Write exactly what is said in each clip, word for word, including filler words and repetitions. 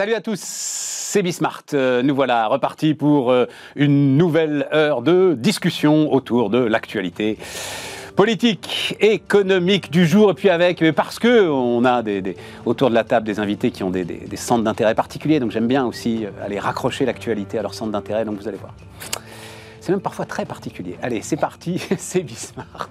Salut à tous, c'est Bismart. Euh, nous voilà repartis pour euh, une nouvelle heure de discussion autour de l'actualité politique, économique du jour. Et puis avec, parce qu'on a des, des, autour de la table des invités qui ont des, des, des centres d'intérêt particuliers. Donc j'aime bien aussi aller raccrocher l'actualité à leur centre d'intérêt. Donc vous allez voir. C'est même parfois très particulier. Allez, c'est parti, c'est Bismart.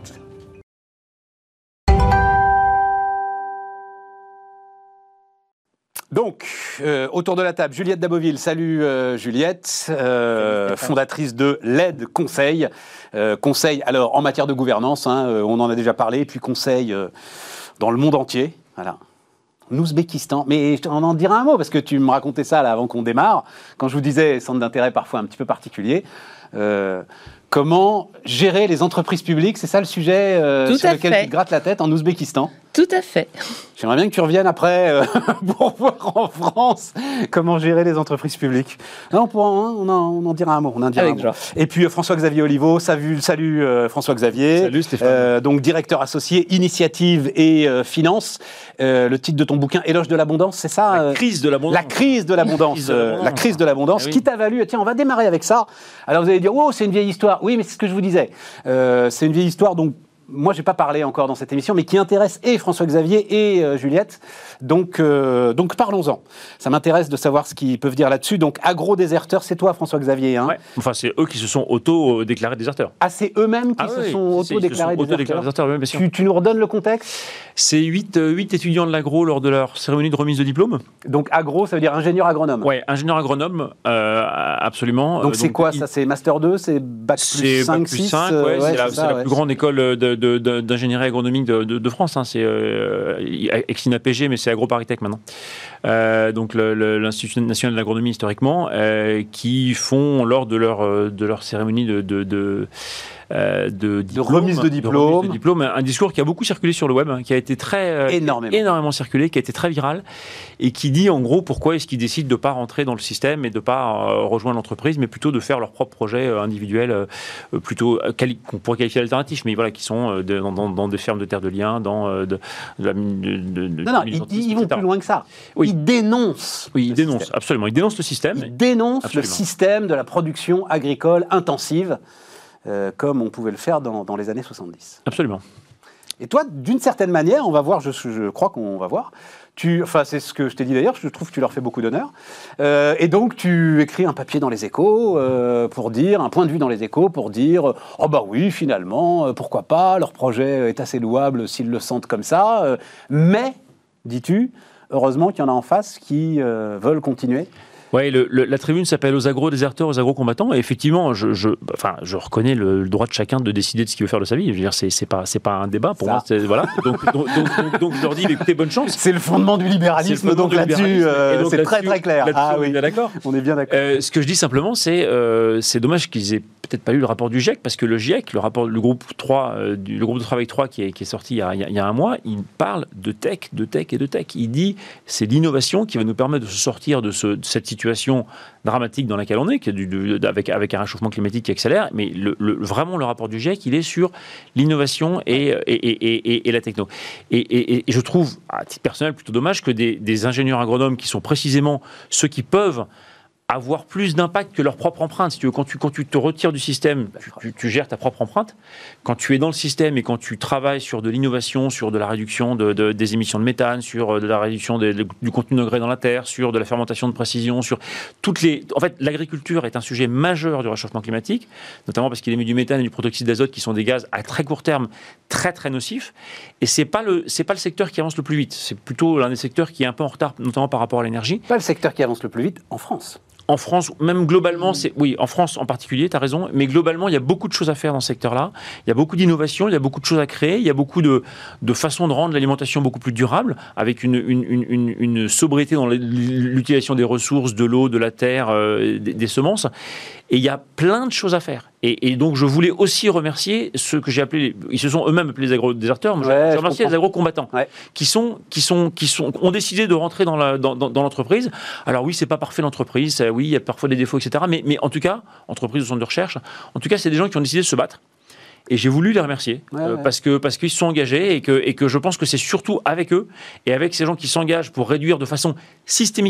Donc, euh, autour de la table, Juliette Daboville. Salut euh, Juliette, euh, fondatrice de L E D Conseil. Euh, conseil, alors, en matière de gouvernance, hein, euh, on en a déjà parlé, puis conseil euh, dans le monde entier. Voilà. En Ouzbékistan. Mais on en dira un mot, parce que tu me racontais ça là, avant qu'on démarre, quand je vous disais centre d'intérêt parfois un petit peu particulier. Euh, comment gérer les entreprises publiques, c'est ça le sujet euh, sur lequel tu te grattes la tête en Ouzbékistan? Tout à fait. J'aimerais bien que tu reviennes après euh, pour voir en France comment gérer les entreprises publiques. Non, on, pourra, hein, on, en, on en dira un mot. On en dira Avec un joie. mot. Et puis euh, François-Xavier Oliveau, salut, salut euh, François-Xavier. Salut Stéphane. Euh, donc directeur associé Initiative et euh, Finance. Euh, le titre de ton bouquin, Éloge de l'abondance, c'est ça? La euh, crise de l'abondance. La crise de l'abondance. euh, la crise de l'abondance, Eh oui. qui t'a valu. Tiens, on va démarrer avec ça. Alors vous allez dire, oh, c'est une vieille histoire. Oui, mais c'est ce que je vous disais. Euh, c'est une vieille histoire, donc. Moi, je n'ai pas parlé encore dans cette émission, mais qui intéresse et François-Xavier et euh, Juliette. Donc, euh, donc parlons-en. Ça m'intéresse de savoir ce qu'ils peuvent dire là-dessus. Donc, agro-déserteur, c'est toi, François-Xavier. Hein. Ouais. Enfin, c'est eux qui se sont auto-déclarés déserteurs. Ah, c'est eux-mêmes qui Ah se oui, sont c'est- auto-déclarés ils se sont auto-déclarés déserteurs. déserteurs, oui, bien sûr. Tu, tu nous redonnes le contexte? C'est huit étudiants de l'agro lors de leur cérémonie de remise de diplôme. Donc, agro, ça veut dire ingénieur agronome. Ouais, ingénieur agronome, euh, absolument. Donc, Euh, c'est quoi il- ça? C'est Master deux? C'est Bac plus C'est cinq, bac plus six cinq, euh, ouais, c'est la, c'est c'est ça, la ouais. plus grande école de, de, de, d'ingénierie agronomique de, de, de France. Hein. C'est euh, ex-I N A P G, mais c'est AgroParisTech maintenant. Euh, donc le, le, l'Institut national de l'agronomie historiquement, euh, qui font lors de leur, euh, de leur cérémonie de... de, de Euh, de, diplôme, remise de diplôme. remise de diplôme, un discours qui a beaucoup circulé sur le web, hein, qui a été très euh, Énormément. énormément circulé, qui a été très viral, et qui dit en gros pourquoi est-ce qu'ils décident de ne pas rentrer dans le système et de ne pas euh, rejoindre l'entreprise, mais plutôt de faire leur propre projet euh, individuel, euh, plutôt euh, quali- qu'on pourrait qualifier d'alternatif, mais voilà, qui sont euh, de, dans, dans, dans des fermes de terre de liens, dans euh, de, de la mine de, de, de Non, non, du ils, militantisme, ils vont et cetera. plus loin que ça. Oui. Ils dénoncent. Oui, ils le dénoncent, système. absolument. Ils dénoncent le système. Ils dénoncent Absolument. le système de la production agricole intensive, euh, comme on pouvait le faire dans, dans les années soixante-dix. Absolument. Et toi, d'une certaine manière, on va voir, je, je crois qu'on va voir, tu, enfin c'est ce que je t'ai dit d'ailleurs, je trouve que tu leur fais beaucoup d'honneur, euh, et donc tu écris un papier dans les Échos euh, pour dire, un point de vue dans les Échos pour dire, oh bah oui, finalement, euh, pourquoi pas, leur projet est assez louable s'ils le sentent comme ça, euh, mais, dis-tu, heureusement qu'il y en a en face qui euh, veulent continuer. Oui, le, le, la tribune s'appelle aux agro-déserteurs, aux agro-combattants. Et effectivement, je, je, enfin, je reconnais le, le droit de chacun de décider de ce qu'il veut faire de sa vie. Je veux dire, c'est, c'est pas, c'est pas un débat pour Ça. moi. C'est, voilà. Donc, donc, donc, donc, donc, je leur dis, écoutez, bonne chance. C'est le fondement du libéralisme, C'est le fondement donc du là-dessus, libéralisme. euh, Et donc c'est là-dessus- très très clair. là-dessus, Ah on est oui, bien d'accord. on est bien d'accord. Euh, ce que je dis simplement, c'est euh, c'est dommage qu'ils aient peut-être pas lu le rapport du GIEC, parce que le GIEC, le rapport, le groupe trois, euh, du, le groupe de travail trois qui est, qui est sorti il y, a, il y a un mois, il parle de tech, de tech et de tech. Il dit c'est l'innovation qui va nous permettre de se sortir de, ce, de cette situation dramatique dans laquelle on est, qui est du, de, avec, avec un réchauffement climatique qui accélère. Mais le, le, vraiment, le rapport du GIEC, il est sur l'innovation et, et, et, et, et la techno. Et, et, et je trouve, à titre personnel, plutôt dommage que des, des ingénieurs agronomes qui sont précisément ceux qui peuvent avoir plus d'impact que leur propre empreinte. Si tu veux, quand tu, quand tu te retires du système, tu, tu, tu gères ta propre empreinte. Quand tu es dans le système et quand tu travailles sur de l'innovation, sur de la réduction de, de, des émissions de méthane, sur de la réduction des, de, du contenu d'engrais dans la terre, sur de la fermentation de précision, sur toutes les... En fait, l'agriculture est un sujet majeur du réchauffement climatique, notamment parce qu'il émet du méthane et du protoxyde d'azote qui sont des gaz à très court terme très très nocifs. Et c'est pas le, c'est pas le secteur qui avance le plus vite. C'est plutôt l'un des secteurs qui est un peu en retard, notamment par rapport à l'énergie. Pas le secteur qui avance le plus vite en France. En France, même globalement, c'est, oui, en France en particulier, tu as raison, mais globalement, il y a beaucoup de choses à faire dans ce secteur-là. Il y a beaucoup d'innovations, il y a beaucoup de choses à créer, il y a beaucoup de, de façons de rendre l'alimentation beaucoup plus durable, avec une, une, une, une sobriété dans l'utilisation des ressources, de l'eau, de la terre, euh, des, des semences. Et il y a plein de choses à faire. Et, et donc, je voulais aussi remercier ceux que j'ai appelés, ils se sont eux-mêmes appelés les agro-déserteurs, mais Ouais, je je remercie les agro-combattants, Ouais. qui, sont, qui, sont, qui sont, ont décidé de rentrer dans, la, dans, dans, dans l'entreprise. Alors oui, c'est pas parfait l'entreprise, ça, oui, il y a parfois des défauts, et cetera. Mais, mais en tout cas, entreprise ou centre de recherche, en tout cas, c'est des gens qui ont décidé de se battre. Et j'ai voulu les remercier ouais, euh, ouais. parce que parce qu'ils se sont engagés et que, et que je pense que c'est surtout avec eux et avec ces gens qui s'engagent pour réduire de façon systémique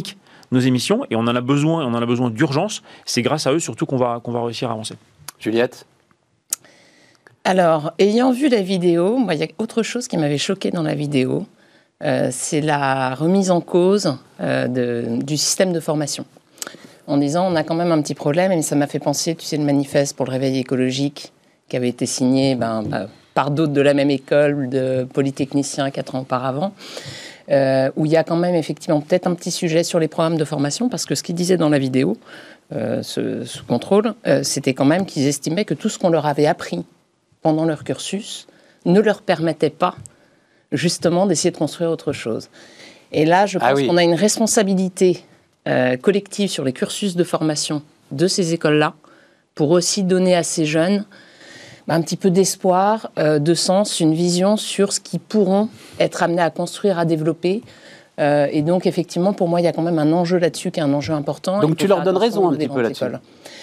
nos émissions, et on en a besoin, on en a besoin d'urgence. C'est grâce à eux surtout qu'on va, qu'on va réussir à avancer. Juliette ? Alors, ayant vu la vidéo, moi, il y a autre chose qui m'avait choquée dans la vidéo, euh, c'est la remise en cause euh, de, du système de formation. En disant, on a quand même un petit problème, et ça m'a fait penser, tu sais, le manifeste pour le réveil écologique, qui avait été signé ben, ben, par d'autres de la même école, de polytechniciens quatre ans auparavant, euh, où il y a quand même effectivement peut-être un petit sujet sur les programmes de formation, parce que ce qu'ils disaient dans la vidéo, euh, ce, ce contrôle, euh, c'était quand même qu'ils estimaient que tout ce qu'on leur avait appris pendant leur cursus, ne leur permettait pas, justement, d'essayer de construire autre chose. Et là, je pense ah oui. qu'on a une responsabilité euh, collective sur les cursus de formation de ces écoles-là, pour aussi donner à ces jeunes bah, un petit peu d'espoir, euh, de sens, une vision sur ce qu'ils pourront être amenés à construire, à développer. Euh, et donc, effectivement, pour moi, il y a quand même un enjeu là-dessus qui est un enjeu important. Donc, tu leur donnes raison un petit peu là-dessus.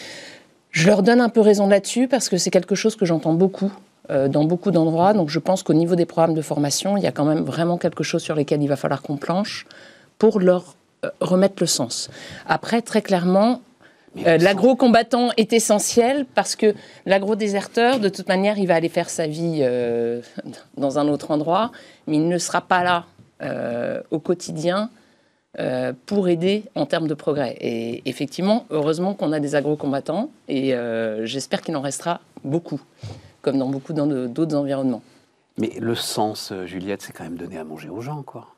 Je leur donne un peu raison là-dessus parce que c'est quelque chose que j'entends beaucoup euh, dans beaucoup d'endroits. Donc je pense qu'au niveau des programmes de formation, il y a quand même vraiment quelque chose sur lesquels il va falloir qu'on planche pour leur euh, remettre le sens. Après, très clairement, euh, l'agro-combattant est essentiel parce que l'agro-déserteur, de toute manière, il va aller faire sa vie euh, dans un autre endroit, mais il ne sera pas là euh, au quotidien Euh, pour aider en termes de progrès. Et effectivement, heureusement qu'on a des agro-combattants et euh, j'espère qu'il en restera beaucoup, comme dans beaucoup d'autres environnements. Mais le sens, Juliette, c'est quand même donner à manger aux gens, quoi.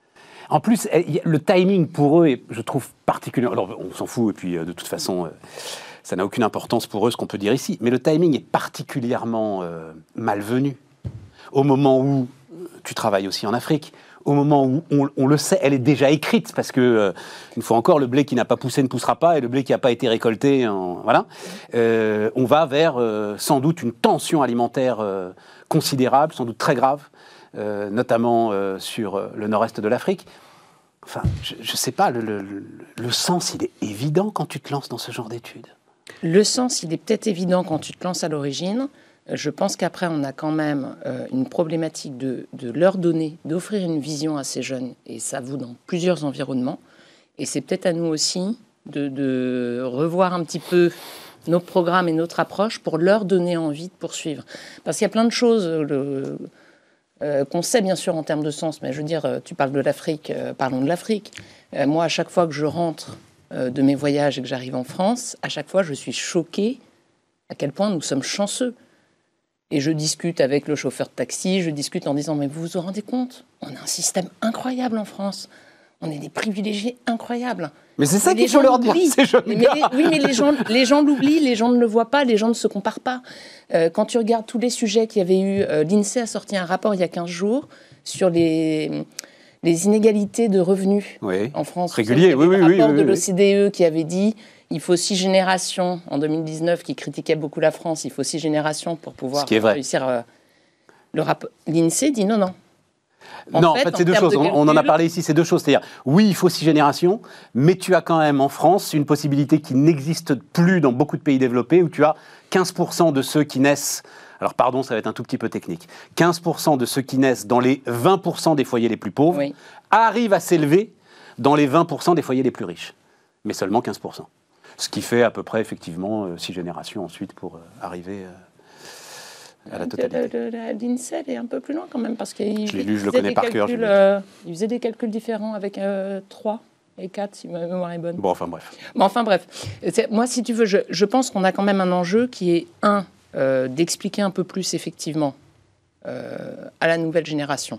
En plus, le timing pour eux est, je trouve, particulièrement... Alors, on s'en fout, et puis de toute façon, ça n'a aucune importance pour eux, ce qu'on peut dire ici. Mais le timing est particulièrement euh, malvenu. Au moment où tu travailles aussi en Afrique, au moment où on, on le sait, elle est déjà écrite, parce que, euh, une fois encore, le blé qui n'a pas poussé ne poussera pas, et le blé qui n'a pas été récolté, en, voilà. Euh, on va vers, euh, sans doute, une tension alimentaire euh, considérable, sans doute très grave, euh, notamment euh, sur euh, le nord-est de l'Afrique. Enfin, je ne sais pas, le, le, le sens, il est évident quand tu te lances dans ce genre d'études. Le sens, il est peut-être évident quand tu te lances à l'origine. Je pense qu'après, on a quand même euh, une problématique de, de leur donner, d'offrir une vision à ces jeunes, et ça vaut dans plusieurs environnements. Et c'est peut-être à nous aussi de, de revoir un petit peu nos programmes et notre approche pour leur donner envie de poursuivre. Parce qu'il y a plein de choses le, euh, qu'on sait bien sûr en termes de sens, mais je veux dire, tu parles de l'Afrique, euh, parlons de l'Afrique. Euh, moi, à chaque fois que je rentre euh, de mes voyages et que j'arrive en France, à chaque fois, je suis choquée à quel point nous sommes chanceux. Et je discute avec le chauffeur de taxi, je discute en disant « Mais vous vous rendez compte ? On a un système incroyable en France. On est des privilégiés incroyables. » Mais c'est ça qu'il faut leur dire, ces jeunes mais, gars. mais les, Oui, mais les gens, les gens l'oublient, les gens ne le voient pas, les gens ne se comparent pas. Euh, quand tu regardes tous les sujets qu'il y avait eu, euh, l'INSEE a sorti un rapport il y a quinze jours sur les, les inégalités de revenus oui. en France. Régulier, oui, oui, oui. Le rapport oui, oui, de oui. l'O C D E qui avait dit... Il faut six générations, en deux mille dix-neuf, qui critiquaient beaucoup la France, il faut six générations pour pouvoir réussir... Euh, le rap... L'INSEE dit non, non. En non, fait, en fait, c'est deux choses. Calcul... On en a parlé ici, c'est deux choses. C'est-à-dire, oui, il faut six générations, mais tu as quand même en France une possibilité qui n'existe plus dans beaucoup de pays développés, où tu as quinze pour cent de ceux qui naissent... Alors, pardon, ça va être un tout petit peu technique. quinze pour cent de ceux qui naissent dans les vingt pour cent des foyers les plus pauvres oui. arrivent à s'élever dans les vingt pour cent des foyers les plus riches. Mais seulement quinze pour cent. Ce qui fait à peu près, effectivement, euh, six générations ensuite pour euh, arriver euh, à la totalité. L'INSEE est un peu plus loin quand même, parce qu'il je l'ai lu, je le connais par cœur. Euh, il faisait des calculs différents avec euh, trois et quatre, si ma mémoire est bonne. Bon, enfin bref. Bon, enfin bref. Moi, si tu veux, je, je pense qu'on a quand même un enjeu qui est, un, euh, d'expliquer un peu plus, effectivement, euh, à la nouvelle génération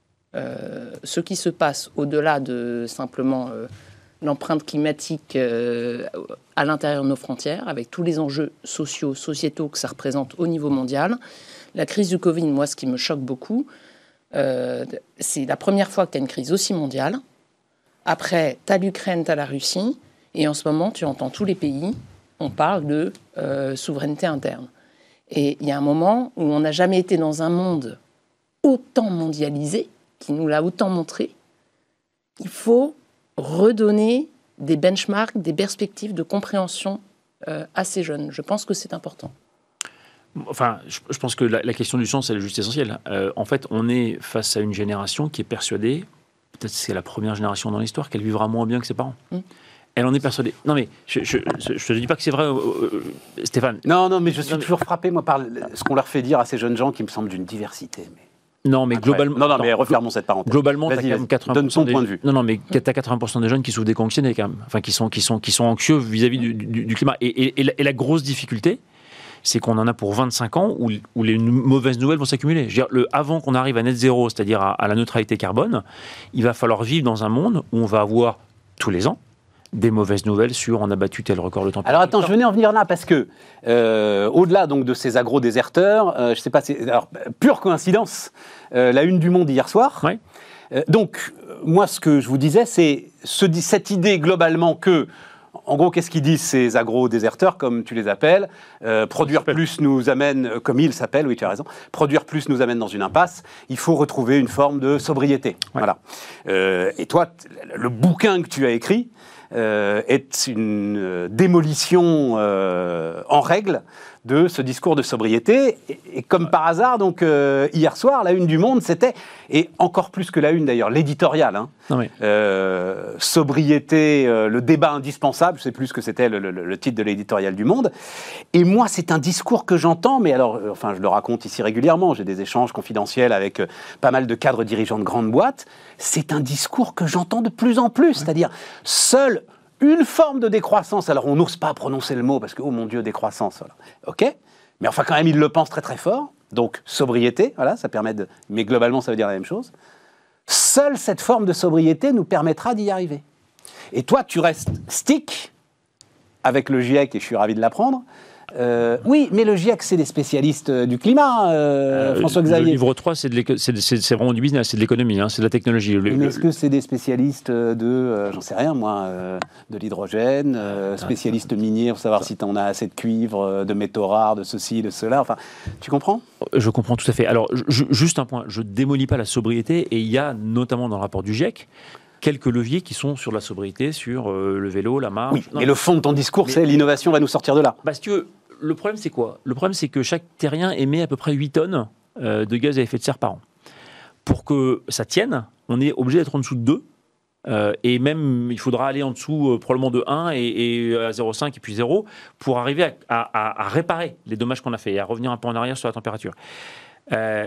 euh, ce qui se passe au-delà de simplement... Euh, l'empreinte climatique euh, à l'intérieur de nos frontières, avec tous les enjeux sociaux, sociétaux que ça représente au niveau mondial. La crise du Covid, moi, ce qui me choque beaucoup, euh, c'est la première fois que tu as une crise aussi mondiale. Après, tu as l'Ukraine, tu as la Russie, et en ce moment, tu entends tous les pays, on parle de euh, souveraineté interne. Et il y a un moment où on n'a jamais été dans un monde autant mondialisé, qui nous l'a autant montré. Il faut redonner des benchmarks, des perspectives de compréhension euh, à ces jeunes. Je pense que c'est important. Enfin, je, je pense que la, la question du sens, elle est juste essentielle. Euh, en fait, on est face à une génération qui est persuadée, peut-être c'est la première génération dans l'histoire, qu'elle vivra moins bien que ses parents. Mmh. Elle en est persuadée. Non, mais je ne te dis pas que c'est vrai, euh, euh, Stéphane. Non, non, mais je suis non, mais... toujours frappé, moi, par ce qu'on leur fait dire à ces jeunes gens qui me semblent d'une diversité. Mais... Non, mais globalement. Non, non, mais refermons cette parenthèse. Globalement, tu as quand même quatre-vingts pour cent. Donne ton des... point de vue. Non, non, mais tu as quatre-vingts pour cent des jeunes qui souffrent d'éco-anxiété, quand même. Enfin, qui sont, qui sont, qui sont anxieux vis-à-vis du, du, du climat. Et, et, et, la, et la grosse difficulté, c'est qu'on en a pour vingt-cinq ans où, où les mauvaises nouvelles vont s'accumuler. Je veux dire, le, avant qu'on arrive à net zéro, c'est-à-dire à, à la neutralité carbone, il va falloir vivre dans un monde où on va avoir tous les ans des mauvaises nouvelles sur on a battu tel record de température. Alors attends, je venais en venir là parce que euh, au-delà donc de ces agro-déserteurs, euh, je sais pas, c'est alors pure coïncidence, euh, la une du Monde hier soir. Ouais. Euh, donc moi ce que je vous disais, c'est ce, cette idée globalement que en gros, qu'est-ce qu'ils disent ces agro-déserteurs, comme tu les appelles euh, Produire plus nous amène, comme ils s'appellent, oui, tu as raison, produire plus nous amène dans une impasse. Il faut retrouver une forme de sobriété. Ouais. Voilà. Euh, et toi, le bouquin que tu as écrit euh, est une euh, démolition euh, en règle de ce discours de sobriété. Et, et comme par hasard, donc euh, hier soir, la une du Monde, c'était, et encore plus que la une d'ailleurs, l'éditorial. Hein, non mais... euh, sobriété, euh, le débat indispensable, je ne sais plus ce que c'était le, le, le titre de l'éditorial du Monde. Et moi, c'est un discours que j'entends, mais alors, euh, enfin, je le raconte ici régulièrement, j'ai des échanges confidentiels avec euh, pas mal de cadres dirigeants de grandes boîtes. C'est un discours que j'entends de plus en plus, ouais. C'est-à-dire, seul une forme de décroissance, alors on n'ose pas prononcer le mot parce que, oh mon Dieu, décroissance, voilà. Ok, mais enfin quand même ils le pensent très très fort, donc sobriété, voilà, ça permet de... Mais globalement ça veut dire la même chose. Seule cette forme de sobriété nous permettra d'y arriver. Et toi tu restes stick avec le GIEC, et je suis ravi de l'apprendre. Euh, oui, mais le GIEC, c'est des spécialistes du climat, euh, euh, François-Xavier. Le livre trois, c'est, de c'est, c'est, c'est vraiment du business, c'est de l'économie, hein, c'est de la technologie. Le, mais est-ce le... que c'est des spécialistes de, euh, j'en sais rien moi, euh, de l'hydrogène, euh, spécialistes miniers pour savoir si on a assez de cuivre, de métaux rares, de ceci, de cela, enfin, tu comprends ? Je comprends tout à fait. Alors, je, juste un point, je ne démolis pas la sobriété, et il y a notamment dans le rapport du GIEC, quelques leviers qui sont sur la sobriété, sur euh, le vélo, la marche. Oui, non, mais le fond de ton discours, mais, c'est l'innovation va nous sortir de là. Parce que le problème, c'est quoi ? Le problème, c'est que chaque terrien émet à peu près huit tonnes euh, de gaz à effet de serre par an. Pour que ça tienne, on est obligé d'être en dessous de deux. Euh, et même, il faudra aller en dessous euh, probablement de un et, et à zéro virgule cinq et puis zéro pour arriver à, à, à réparer les dommages qu'on a fait et à revenir un peu en arrière sur la température. Euh,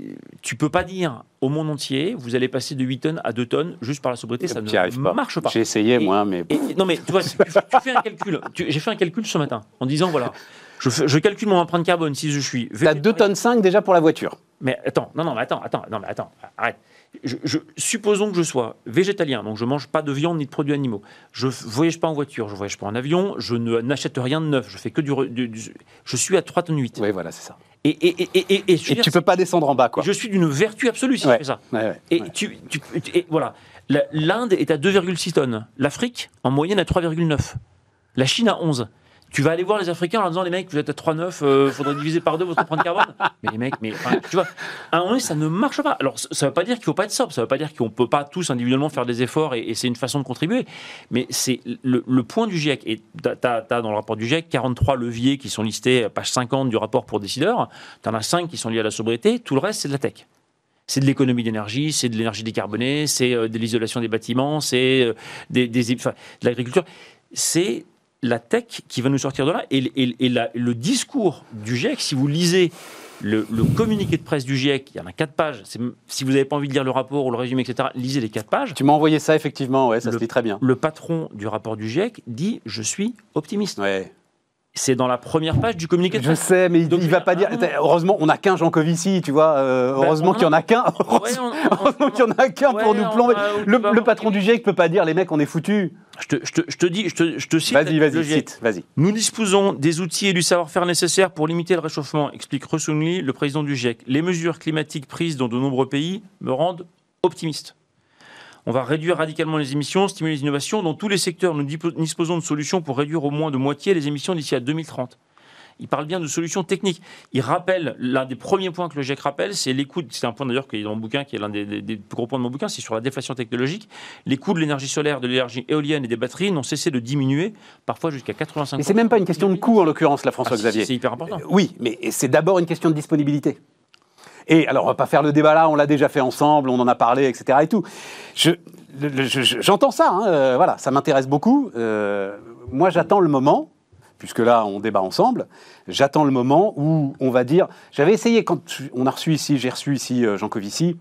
tu peux pas dire au monde entier, vous allez passer de huit tonnes à deux tonnes juste par la sobriété, ça ne pas. marche pas. J'ai essayé, et, moi, mais... Et, non, mais tu vois, tu, tu fais un calcul. Tu, j'ai fait un calcul ce matin en disant, voilà, je, je calcule mon empreinte carbone si je suis... Tu as deux tonnes cinq déjà pour la voiture. Mais attends, non, non, mais attends, attends, non, mais attends, arrête. Je, je, supposons que je sois végétalien, donc je ne mange pas de viande ni de produits animaux. Je ne voyage pas en voiture, je ne voyage pas en avion, je ne, n'achète rien de neuf, je fais que du, du, du... Je suis à trois tonnes huit. Oui, voilà, c'est ça. Et, et, et, et, et, et, et tu ne peux pas descendre en bas, quoi. Je suis d'une vertu absolue si ouais. je fais ça. Ouais, ouais, et, ouais. Tu, tu, et voilà, l'Inde est à deux virgule six tonnes, l'Afrique en moyenne à trois virgule neuf, la Chine à onze. Tu vas aller voir les Africains en leur disant, les mecs, vous êtes à trois virgule neuf, il euh, faudrait diviser par deux votre empreinte carbone. Mais les mecs, mais enfin, tu vois, à un moment donné, ça ne marche pas. Alors, ça ne veut pas dire qu'il ne faut pas être sobre, ça ne veut pas dire qu'on ne peut pas tous individuellement faire des efforts et, et c'est une façon de contribuer. Mais c'est le, le point du GIEC. Et tu as dans le rapport du GIEC quarante-trois leviers qui sont listés à page cinquante du rapport pour décideurs. Tu en as cinq qui sont liés à la sobriété. Tout le reste, c'est de la tech. C'est de l'économie d'énergie, c'est de l'énergie décarbonée, c'est euh, de l'isolation des bâtiments, c'est euh, des, des, enfin, de l'agriculture. C'est la tech qui va nous sortir de là. Et, et, et la, le discours du GIEC, si vous lisez le, le communiqué de presse du GIEC, il y en a quatre pages. C'est, si vous n'avez pas envie de lire le rapport ou le résumé, et cetera, lisez les quatre pages. Tu m'as envoyé ça, effectivement, ouais, ça le, se lit très bien. Le patron du rapport du GIEC dit « Je suis optimiste ouais. ». C'est dans la première page du communiqué de presse. Je sais, mais il ne va pas dire... Heureusement, on n'a qu'un Jancovici, tu vois. Euh, ben, heureusement qu'il n'y en a qu'un. Heureusement, ouais, heureusement qu'il n'y en a qu'un ouais, pour nous plomber. Le, le patron du GIEC ne peut pas dire « Les mecs, on est foutus ». Je te, je, te, je te dis, je te, je te cite. Vas-y, vas-y, cite, vas-y. Nous disposons des outils et du savoir-faire nécessaires pour limiter le réchauffement, explique Ressoungli, le président du GIEC. Les mesures climatiques prises dans de nombreux pays me rendent optimiste. On va réduire radicalement les émissions, stimuler les innovations. Dans tous les secteurs, nous disposons de solutions pour réduire au moins de moitié les émissions d'ici à deux mille trente. Il parle bien de solutions techniques. Il rappelle, l'un des premiers points que le GIEC rappelle, c'est les coûts, c'est un point d'ailleurs qui est dans mon bouquin, qui est l'un des, des, des plus gros points de mon bouquin, c'est sur la déflation technologique. Les coûts de l'énergie solaire, de l'énergie éolienne et des batteries n'ont cessé de diminuer, parfois jusqu'à quatre-vingt-cinq pour cent. Mais c'est même pas une question de coût, en l'occurrence, là, François-Xavier. Ah, si, c'est hyper important. Euh, oui, mais c'est d'abord une question de disponibilité. Et alors, on va pas faire le débat là, on l'a déjà fait ensemble, on en a parlé, et cetera et tout. Je, le, je, je, j'entends ça, hein, euh, voilà, ça m'intéresse beaucoup. Euh, moi, j'attends le moment, puisque là, on débat ensemble, j'attends le moment où on va dire... J'avais essayé, quand on a reçu ici, j'ai reçu ici euh, Jean Covici,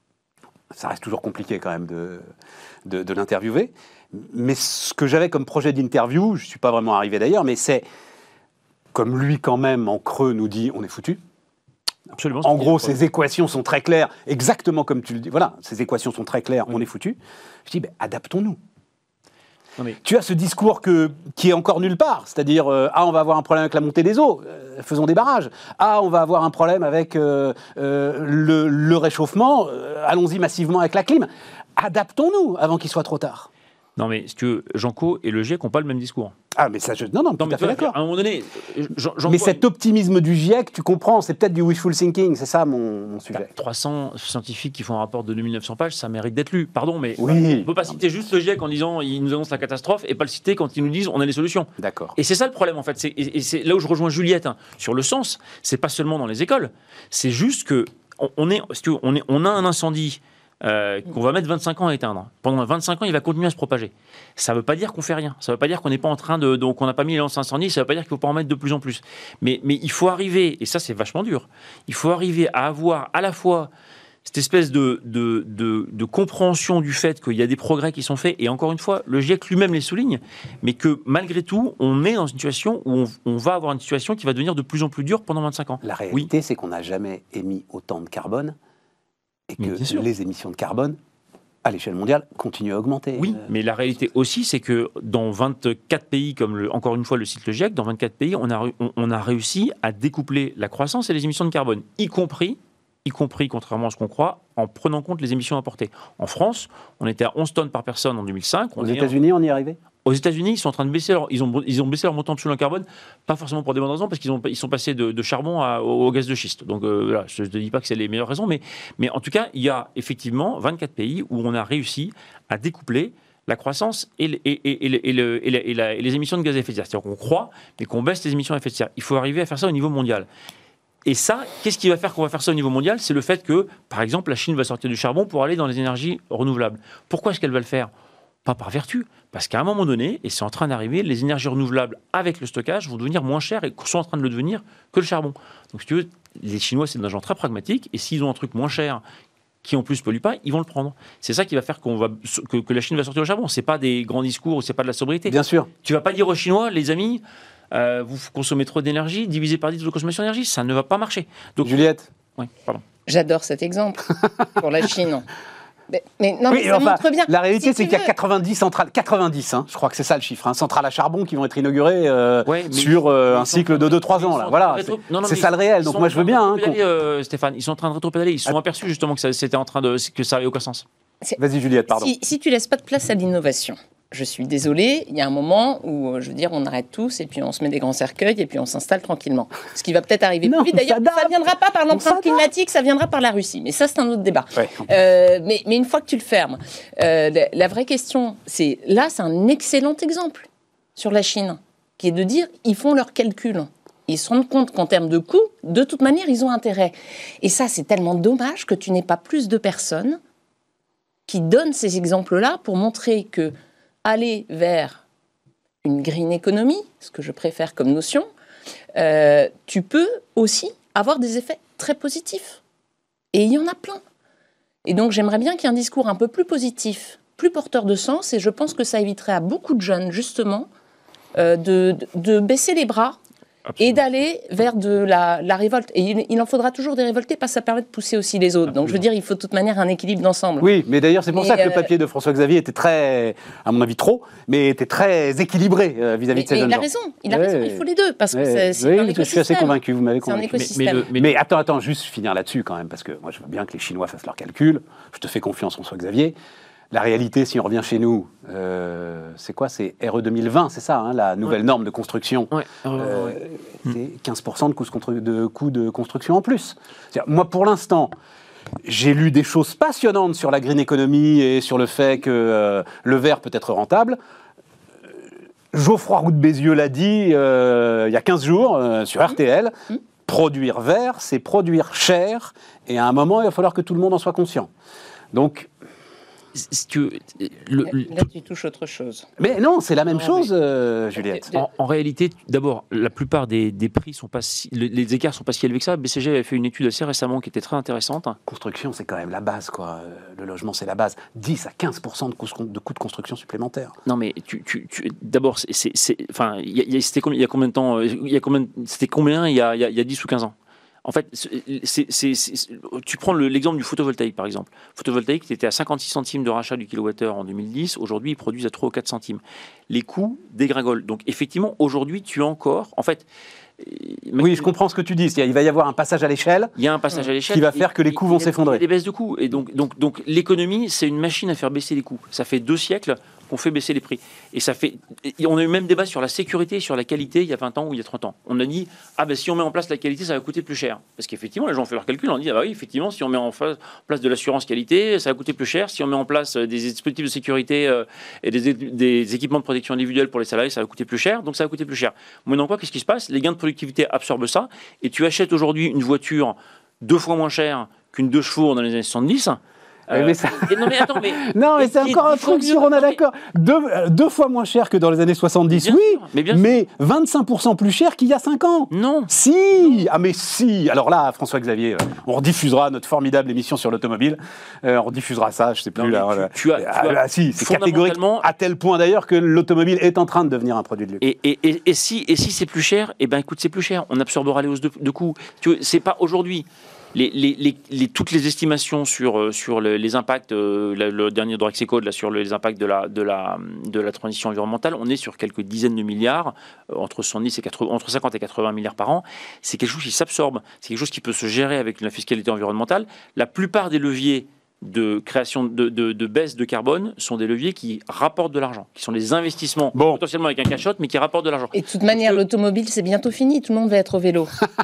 ça reste toujours compliqué quand même de, de, de l'interviewer, mais ce que j'avais comme projet d'interview, je ne suis pas vraiment arrivé d'ailleurs, mais c'est, comme lui quand même, en creux, nous dit, on est foutu. Absolument. En gros, ces équations sont très claires, exactement comme tu le dis. Voilà, ces équations sont très claires, oui. On est foutu. Je dis, ben, adaptons-nous. Non mais... Tu as ce discours que, qui est encore nulle part, c'est-à-dire, euh, ah, on va avoir un problème avec la montée des eaux, euh, faisons des barrages. Ah, on va avoir un problème avec euh, euh, le, le réchauffement, euh, allons-y massivement avec la clim. Adaptons-nous avant qu'il soit trop tard. Non, mais est-ce que Janco et le GIEC n'ont pas le même discours? Ah, mais ça, je... non, non, tout non, à fait d'accord. À un moment donné, Jean, Jean mais quoi, cet optimisme du GIEC, tu comprends, c'est peut-être du wishful thinking, c'est ça mon, mon sujet. trois cents scientifiques qui font un rapport de deux mille neuf cents pages, ça mérite d'être lu. Pardon, mais oui. on ne peut pas citer juste le GIEC en disant il nous annonce la catastrophe et pas le citer quand ils nous disent on a les solutions. D'accord. Et c'est ça le problème en fait. C'est, et, et c'est là où je rejoins Juliette hein, sur le sens. C'est pas seulement dans les écoles. C'est juste que on, on est, on est, on a un incendie. Euh, qu'on va mettre vingt-cinq ans à éteindre. Pendant vingt-cinq ans, il va continuer à se propager. Ça ne veut pas dire qu'on fait rien. Ça ne veut pas dire qu'on n'est pas en train de... Donc on n'a pas mis les lance-incendies, ça ne veut pas dire qu'il ne faut pas en mettre de plus en plus. Mais, mais il faut arriver, et ça c'est vachement dur, il faut arriver à avoir à la fois cette espèce de, de, de, de compréhension du fait qu'il y a des progrès qui sont faits, et encore une fois, le GIEC lui-même les souligne, mais que malgré tout, on est dans une situation où on, on va avoir une situation qui va devenir de plus en plus dure pendant vingt-cinq ans. La réalité, oui. c'est qu'on n'a jamais émis autant de carbone et que les émissions de carbone, à l'échelle mondiale, continuent à augmenter. Oui, euh... mais la réalité aussi, c'est que dans vingt-quatre pays, comme le, encore une fois le cite le GIEC, dans vingt-quatre pays, on a, on, on a réussi à découpler la croissance et les émissions de carbone, y compris, y compris, contrairement à ce qu'on croit, en prenant en compte les émissions importées. En France, on était à onze tonnes par personne en deux mille cinq. Aux États-Unis, on y est arrivé ? Aux États-Unis, ils sont en train de baisser leur, ils ont, ils ont baissé leur montant absolu en carbone, pas forcément pour des bonnes raisons, parce qu'ils ont, ils sont passés de, de charbon à, au, au gaz de schiste. Donc euh, voilà, je ne te dis pas que c'est les meilleures raisons, mais, mais en tout cas, il y a effectivement vingt-quatre pays où on a réussi à découpler la croissance et, et, et, et, et, le, et, la, et, la, et les émissions de gaz à effet de serre. C'est-à-dire qu'on croit, mais qu'on baisse les émissions à effet de serre. Il faut arriver à faire ça au niveau mondial. Et ça, qu'est-ce qui va faire qu'on va faire ça au niveau mondial ? C'est le fait que, par exemple, la Chine va sortir du charbon pour aller dans les énergies renouvelables. Pourquoi est-ce qu'elle va le faire ? Pas par vertu, parce qu'à un moment donné, et c'est en train d'arriver, les énergies renouvelables avec le stockage vont devenir moins chères et sont en train de le devenir que le charbon. Donc si tu veux, les Chinois, c'est des gens très pragmatiques, et s'ils ont un truc moins cher qui en plus pollue pas, ils vont le prendre. C'est ça qui va faire qu'on va, que, que la Chine va sortir au charbon. C'est pas des grands discours ou c'est pas de la sobriété. Bien sûr. Tu vas pas dire aux Chinois, les amis, euh, vous consommez trop d'énergie, divisé par dix de consommation d'énergie, ça ne va pas marcher. Donc, Juliette. Oui, pardon. J'adore cet exemple pour la Chine. Mais, mais non, oui, mais ça enfin, montre bien. La réalité, si c'est qu'il y a quatre-vingt-dix centrales, quatre-vingt-dix, hein, je crois que c'est ça le chiffre, hein, centrales à charbon qui vont être inaugurées euh, ouais, sur euh, un cycle de deux trois ans. Là. Voilà, rétro... c'est, non, non, c'est ça le réel. Donc moi, je veux bien. Hein, euh, Stéphane, ils sont en train de rétro-pédaler. Ils se sont ah. aperçus justement que ça, c'était en train de, que ça n'avait aucun sens. C'est... Vas-y, Juliette, pardon. Si, si tu laisses pas de place à l'innovation. Je suis désolée, il y a un moment où, je veux dire, on arrête tous et puis on se met des grands cercueils et puis on s'installe tranquillement. Ce qui va peut-être arriver non, plus vite. D'ailleurs, ça ne viendra pas par l'empreinte climatique, ça viendra par la Russie. Mais ça, c'est un autre débat. Ouais. Euh, mais, mais une fois que tu le fermes, euh, la, la vraie question, c'est... Là, c'est un excellent exemple sur la Chine, qui est de dire, ils font leurs calculs. Ils se rendent compte qu'en termes de coûts, de toute manière, ils ont intérêt. Et ça, c'est tellement dommage que tu n'aies pas plus de personnes qui donnent ces exemples-là pour montrer que aller vers une green economy, ce que je préfère comme notion, euh, tu peux aussi avoir des effets très positifs. Et il y en a plein. Et donc j'aimerais bien qu'il y ait un discours un peu plus positif, plus porteur de sens, et je pense que ça éviterait à beaucoup de jeunes, justement, euh, de, de, de baisser les bras. Absolument. Et d'aller vers de la, la révolte. Et il, il en faudra toujours des révoltés, parce que ça permet de pousser aussi les autres. Absolument. Donc je veux dire, il faut de toute manière un équilibre d'ensemble. Oui, mais d'ailleurs c'est pour mais ça que euh... le papier de François-Xavier était très, à mon avis trop, mais était très équilibré euh, vis-à-vis mais, de ces mais jeunes il a gens. raison, il a ouais, raison, il faut les deux, parce que ouais, c'est, c'est oui, un écosystème. Je suis assez convaincu, vous m'avez convaincu. C'est un écosystème. Mais, mais, mais, mais attends, attends, juste finir là-dessus quand même, parce que moi je veux bien que les Chinois fassent leurs calculs, je te fais confiance François-Xavier. La réalité, si on revient chez nous, euh, c'est quoi ? C'est R E deux mille vingt, c'est ça, hein, la nouvelle ouais. norme de construction. Ouais. Euh, ouais. C'est quinze pour cent de coûts de, coûts de construction en plus. C'est-à-dire, moi, pour l'instant, j'ai lu des choses passionnantes sur la green economy et sur le fait que euh, le vert peut être rentable. Geoffroy Roux de Bézieux l'a dit euh, il y a quinze jours euh, sur R T L. Mmh. produire vert, c'est produire cher, et à un moment, il va falloir que tout le monde en soit conscient. Donc... Que, le, là, tu touches autre chose. Mais non, c'est la même non, chose, mais... euh, Juliette. En, en réalité, d'abord, la plupart des, des prix sont pas si, les écarts sont pas si élevés que ça. B C G avait fait une étude assez récemment qui était très intéressante. Construction, c'est quand même la base, quoi. Le logement, c'est la base. dix à quinze pour cent de coûts de, coûts de construction supplémentaires. Non, mais tu, tu, tu, d'abord, c'est, c'est, enfin, c'était combien, il y a combien de temps, il y a combien, c'était combien il y a, il y a, il y a dix ou quinze ans? En fait, c'est, c'est, c'est, tu prends le, l'exemple du photovoltaïque, par exemple. Photovoltaïque, c'était à cinquante-six centimes de rachat du kilowattheure en deux mille dix. Aujourd'hui, ils produisent à trois ou quatre centimes. Les coûts dégringolent. Donc, effectivement, aujourd'hui, tu as encore... En fait... Oui, je comprends ce que tu dis. Il va y avoir un passage à l'échelle. Il y a un passage à l'échelle qui va faire que les coûts vont s'effondrer. Des baisses de coûts. Et donc, donc, donc l'économie, c'est une machine à faire baisser les coûts. Ça fait deux siècles qu'on fait baisser les prix. Et ça fait. Et on a eu même débat sur la sécurité, sur la qualité il y a vingt ans ou il y a trente ans. On a dit ah ben si on met en place la qualité, ça va coûter plus cher. Parce qu'effectivement, les gens ont fait leur calcul. On dit ah bah oui, effectivement, si on met en place de l'assurance qualité, ça va coûter plus cher. Si on met en place des dispositifs de sécurité euh, et des, des équipements de protection individuelle pour les salariés, ça va coûter plus cher. Donc ça va coûter plus cher. Maintenant quoi, qu'est-ce qui se passe? Les gains de productivité absorbent ça. Et tu achètes aujourd'hui une voiture deux fois moins chère qu'une deux chevaux dans les années soixante-dix. Euh, mais ça... et non mais attends, mais, non, mais c'est encore un truc sur, on est d'accord. Deux, deux fois moins cher que dans les années soixante-dix, bien oui, sûr, mais, bien mais vingt-cinq pour cent plus cher qu'il y a cinq ans. Non. Si, non. Ah mais si. Alors là, François-Xavier, on rediffusera notre formidable émission sur l'automobile. Euh, on rediffusera ça, je sais plus. Non, là, tu, tu as, ah, tu as, là, si, c'est catégorique, à tel point d'ailleurs que l'automobile est en train de devenir un produit de luxe. Et, et, et, et si, et si c'est plus cher, eh ben écoute, c'est plus cher. On absorbera les hausses de, de coûts. Tu vois, c'est pas aujourd'hui. Les, les, les, les, toutes les estimations sur, sur les, les impacts, euh, le, le dernier Dorexecode là, sur les impacts de la, de, la, de la transition environnementale, on est sur quelques dizaines de milliards, euh, entre, soixante-dix et quatre-vingts, entre cinquante et quatre-vingts milliards par an. C'est quelque chose qui s'absorbe, c'est quelque chose qui peut se gérer avec la fiscalité environnementale. La plupart des leviers de création de, de, de baisse de carbone sont des leviers qui rapportent de l'argent, qui sont des investissements bon. potentiellement avec un cash-out, mais qui rapportent de l'argent. Et de toute manière, que... l'automobile, c'est bientôt fini, tout le monde va être au vélo.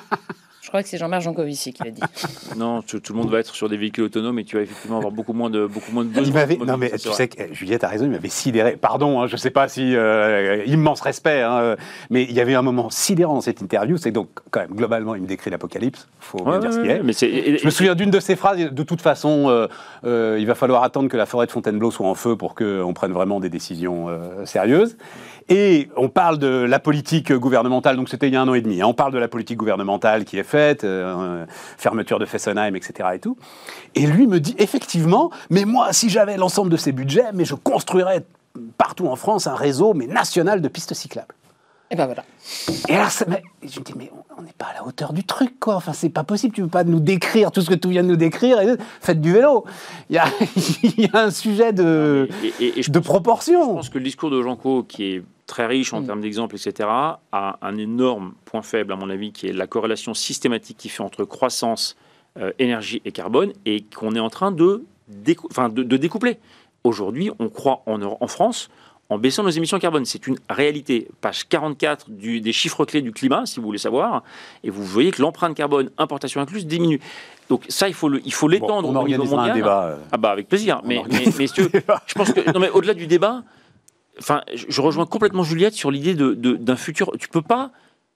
Je crois que c'est Jean-Marc Jancovici qui l'a dit. Non, tout, tout le monde va être sur des véhicules autonomes et tu vas effectivement avoir beaucoup moins de beaucoup moins de besoins. Il m'avait, non mais tu sais que Juliette a raison, il m'avait sidéré. Pardon, hein, je ne sais pas si euh, immense respect, hein, mais il y avait un moment sidérant dans cette interview. C'est donc quand même globalement, il me décrit l'apocalypse. Il faut ouais, bien dire ouais, ce qu'il est. Mais c'est et, je me souviens d'une de ses phrases. De toute façon, euh, euh, il va falloir attendre que la forêt de Fontainebleau soit en feu pour qu'on prenne vraiment des décisions euh, sérieuses. Et on parle de la politique gouvernementale, donc c'était il y a un an et demi. Hein, on parle de la politique gouvernementale qui est faite, euh, fermeture de Fessenheim, et cetera. Et tout. Et lui me dit effectivement, mais moi, si j'avais l'ensemble de ces budgets, mais je construirais partout en France un réseau, mais national de pistes cyclables. Et ben voilà. Et alors, ça, mais, je me dis, mais on n'est pas à la hauteur du truc, quoi. Enfin, c'est pas possible. Tu ne peux pas nous décrire tout ce que tu viens de nous décrire. Et, faites du vélo. Il y a, il y a un sujet de, et, et, et je de pense, proportion. Je pense que le discours de Janco, qui est très riche en mmh. termes d'exemples, et cetera, a un énorme point faible, à mon avis, qui est la corrélation systématique qu'il fait entre croissance, euh, énergie et carbone, et qu'on est en train de, décou- enfin, de, de découpler. Aujourd'hui, on croit en, en France en baissant nos émissions carbone. C'est une réalité. Page quarante-quatre du, des chiffres clés du climat, si vous voulez savoir, et vous voyez que l'empreinte carbone, importation incluse, diminue. Donc ça, il faut, le, il faut l'étendre bon, au niveau mondial. Un débat, euh... Ah bah avec plaisir. Mais, mais, mais tu, je pense que non mais au-delà du débat, enfin, je rejoins complètement Juliette sur l'idée de, de, d'un futur. Tu peux pas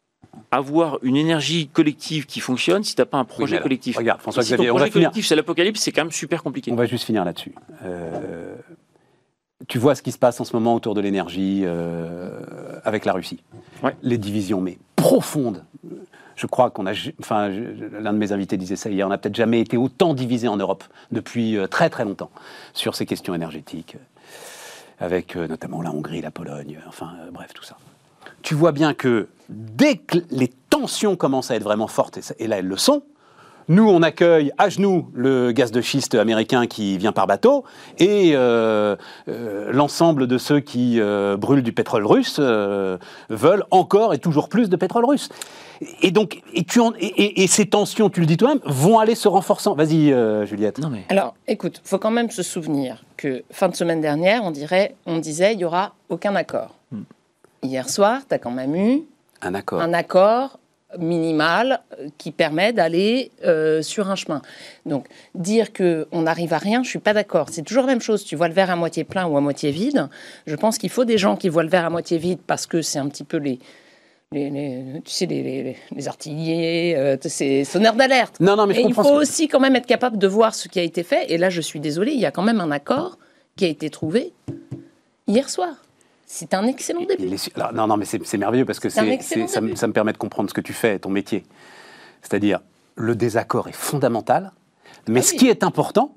avoir une énergie collective qui fonctionne si tu n'as pas un projet oui, collectif. Regarde, François-Xavier, si ton projet on va collectif, finir. C'est l'apocalypse, c'est quand même super compliqué. On va juste finir là-dessus. Euh... Tu vois ce qui se passe en ce moment autour de l'énergie euh, avec la Russie. Ouais. Les divisions, mais profondes. Je crois qu'on a... Enfin, je, l'un de mes invités disait ça hier, on n'a peut-être jamais été autant divisé en Europe depuis euh, très très longtemps sur ces questions énergétiques, avec euh, notamment la Hongrie, la Pologne, enfin euh, bref, tout ça. Tu vois bien que dès que les tensions commencent à être vraiment fortes, et, ça, et là elles le sont, nous, on accueille à genoux le gaz de schiste américain qui vient par bateau et euh, euh, l'ensemble de ceux qui euh, brûlent du pétrole russe euh, veulent encore et toujours plus de pétrole russe. Et donc, et, tu en, et, et, et ces tensions, tu le dis toi-même, vont aller se renforçant. Vas-y, euh, Juliette. Non mais... Alors, écoute, il faut quand même se souvenir que fin de semaine dernière, on, dirait, on disait il n'y aura aucun accord. Hmm. Hier soir, tu as quand même eu un accord. Un accord minimal qui permet d'aller euh, sur un chemin. Donc, dire qu'on n'arrive à rien, je ne suis pas d'accord. C'est toujours la même chose. Tu vois le verre à moitié plein ou à moitié vide. Je pense qu'il faut des gens qui voient le verre à moitié vide parce que c'est un petit peu les, Les, les, tu sais, les, les, les artilleurs, euh, ces sonneurs d'alerte. Non, non, mais, mais je il faut que... aussi quand même être capable de voir ce qui a été fait. Et là, je suis désolée, il y a quand même un accord qui a été trouvé hier soir. C'est un excellent début. Il est... Alors, non, non, mais c'est, c'est merveilleux parce que c'est, c'est, ça, ça me permet de comprendre ce que tu fais, ton métier. C'est-à-dire, le désaccord est fondamental, mais ah, ce oui. qui est important,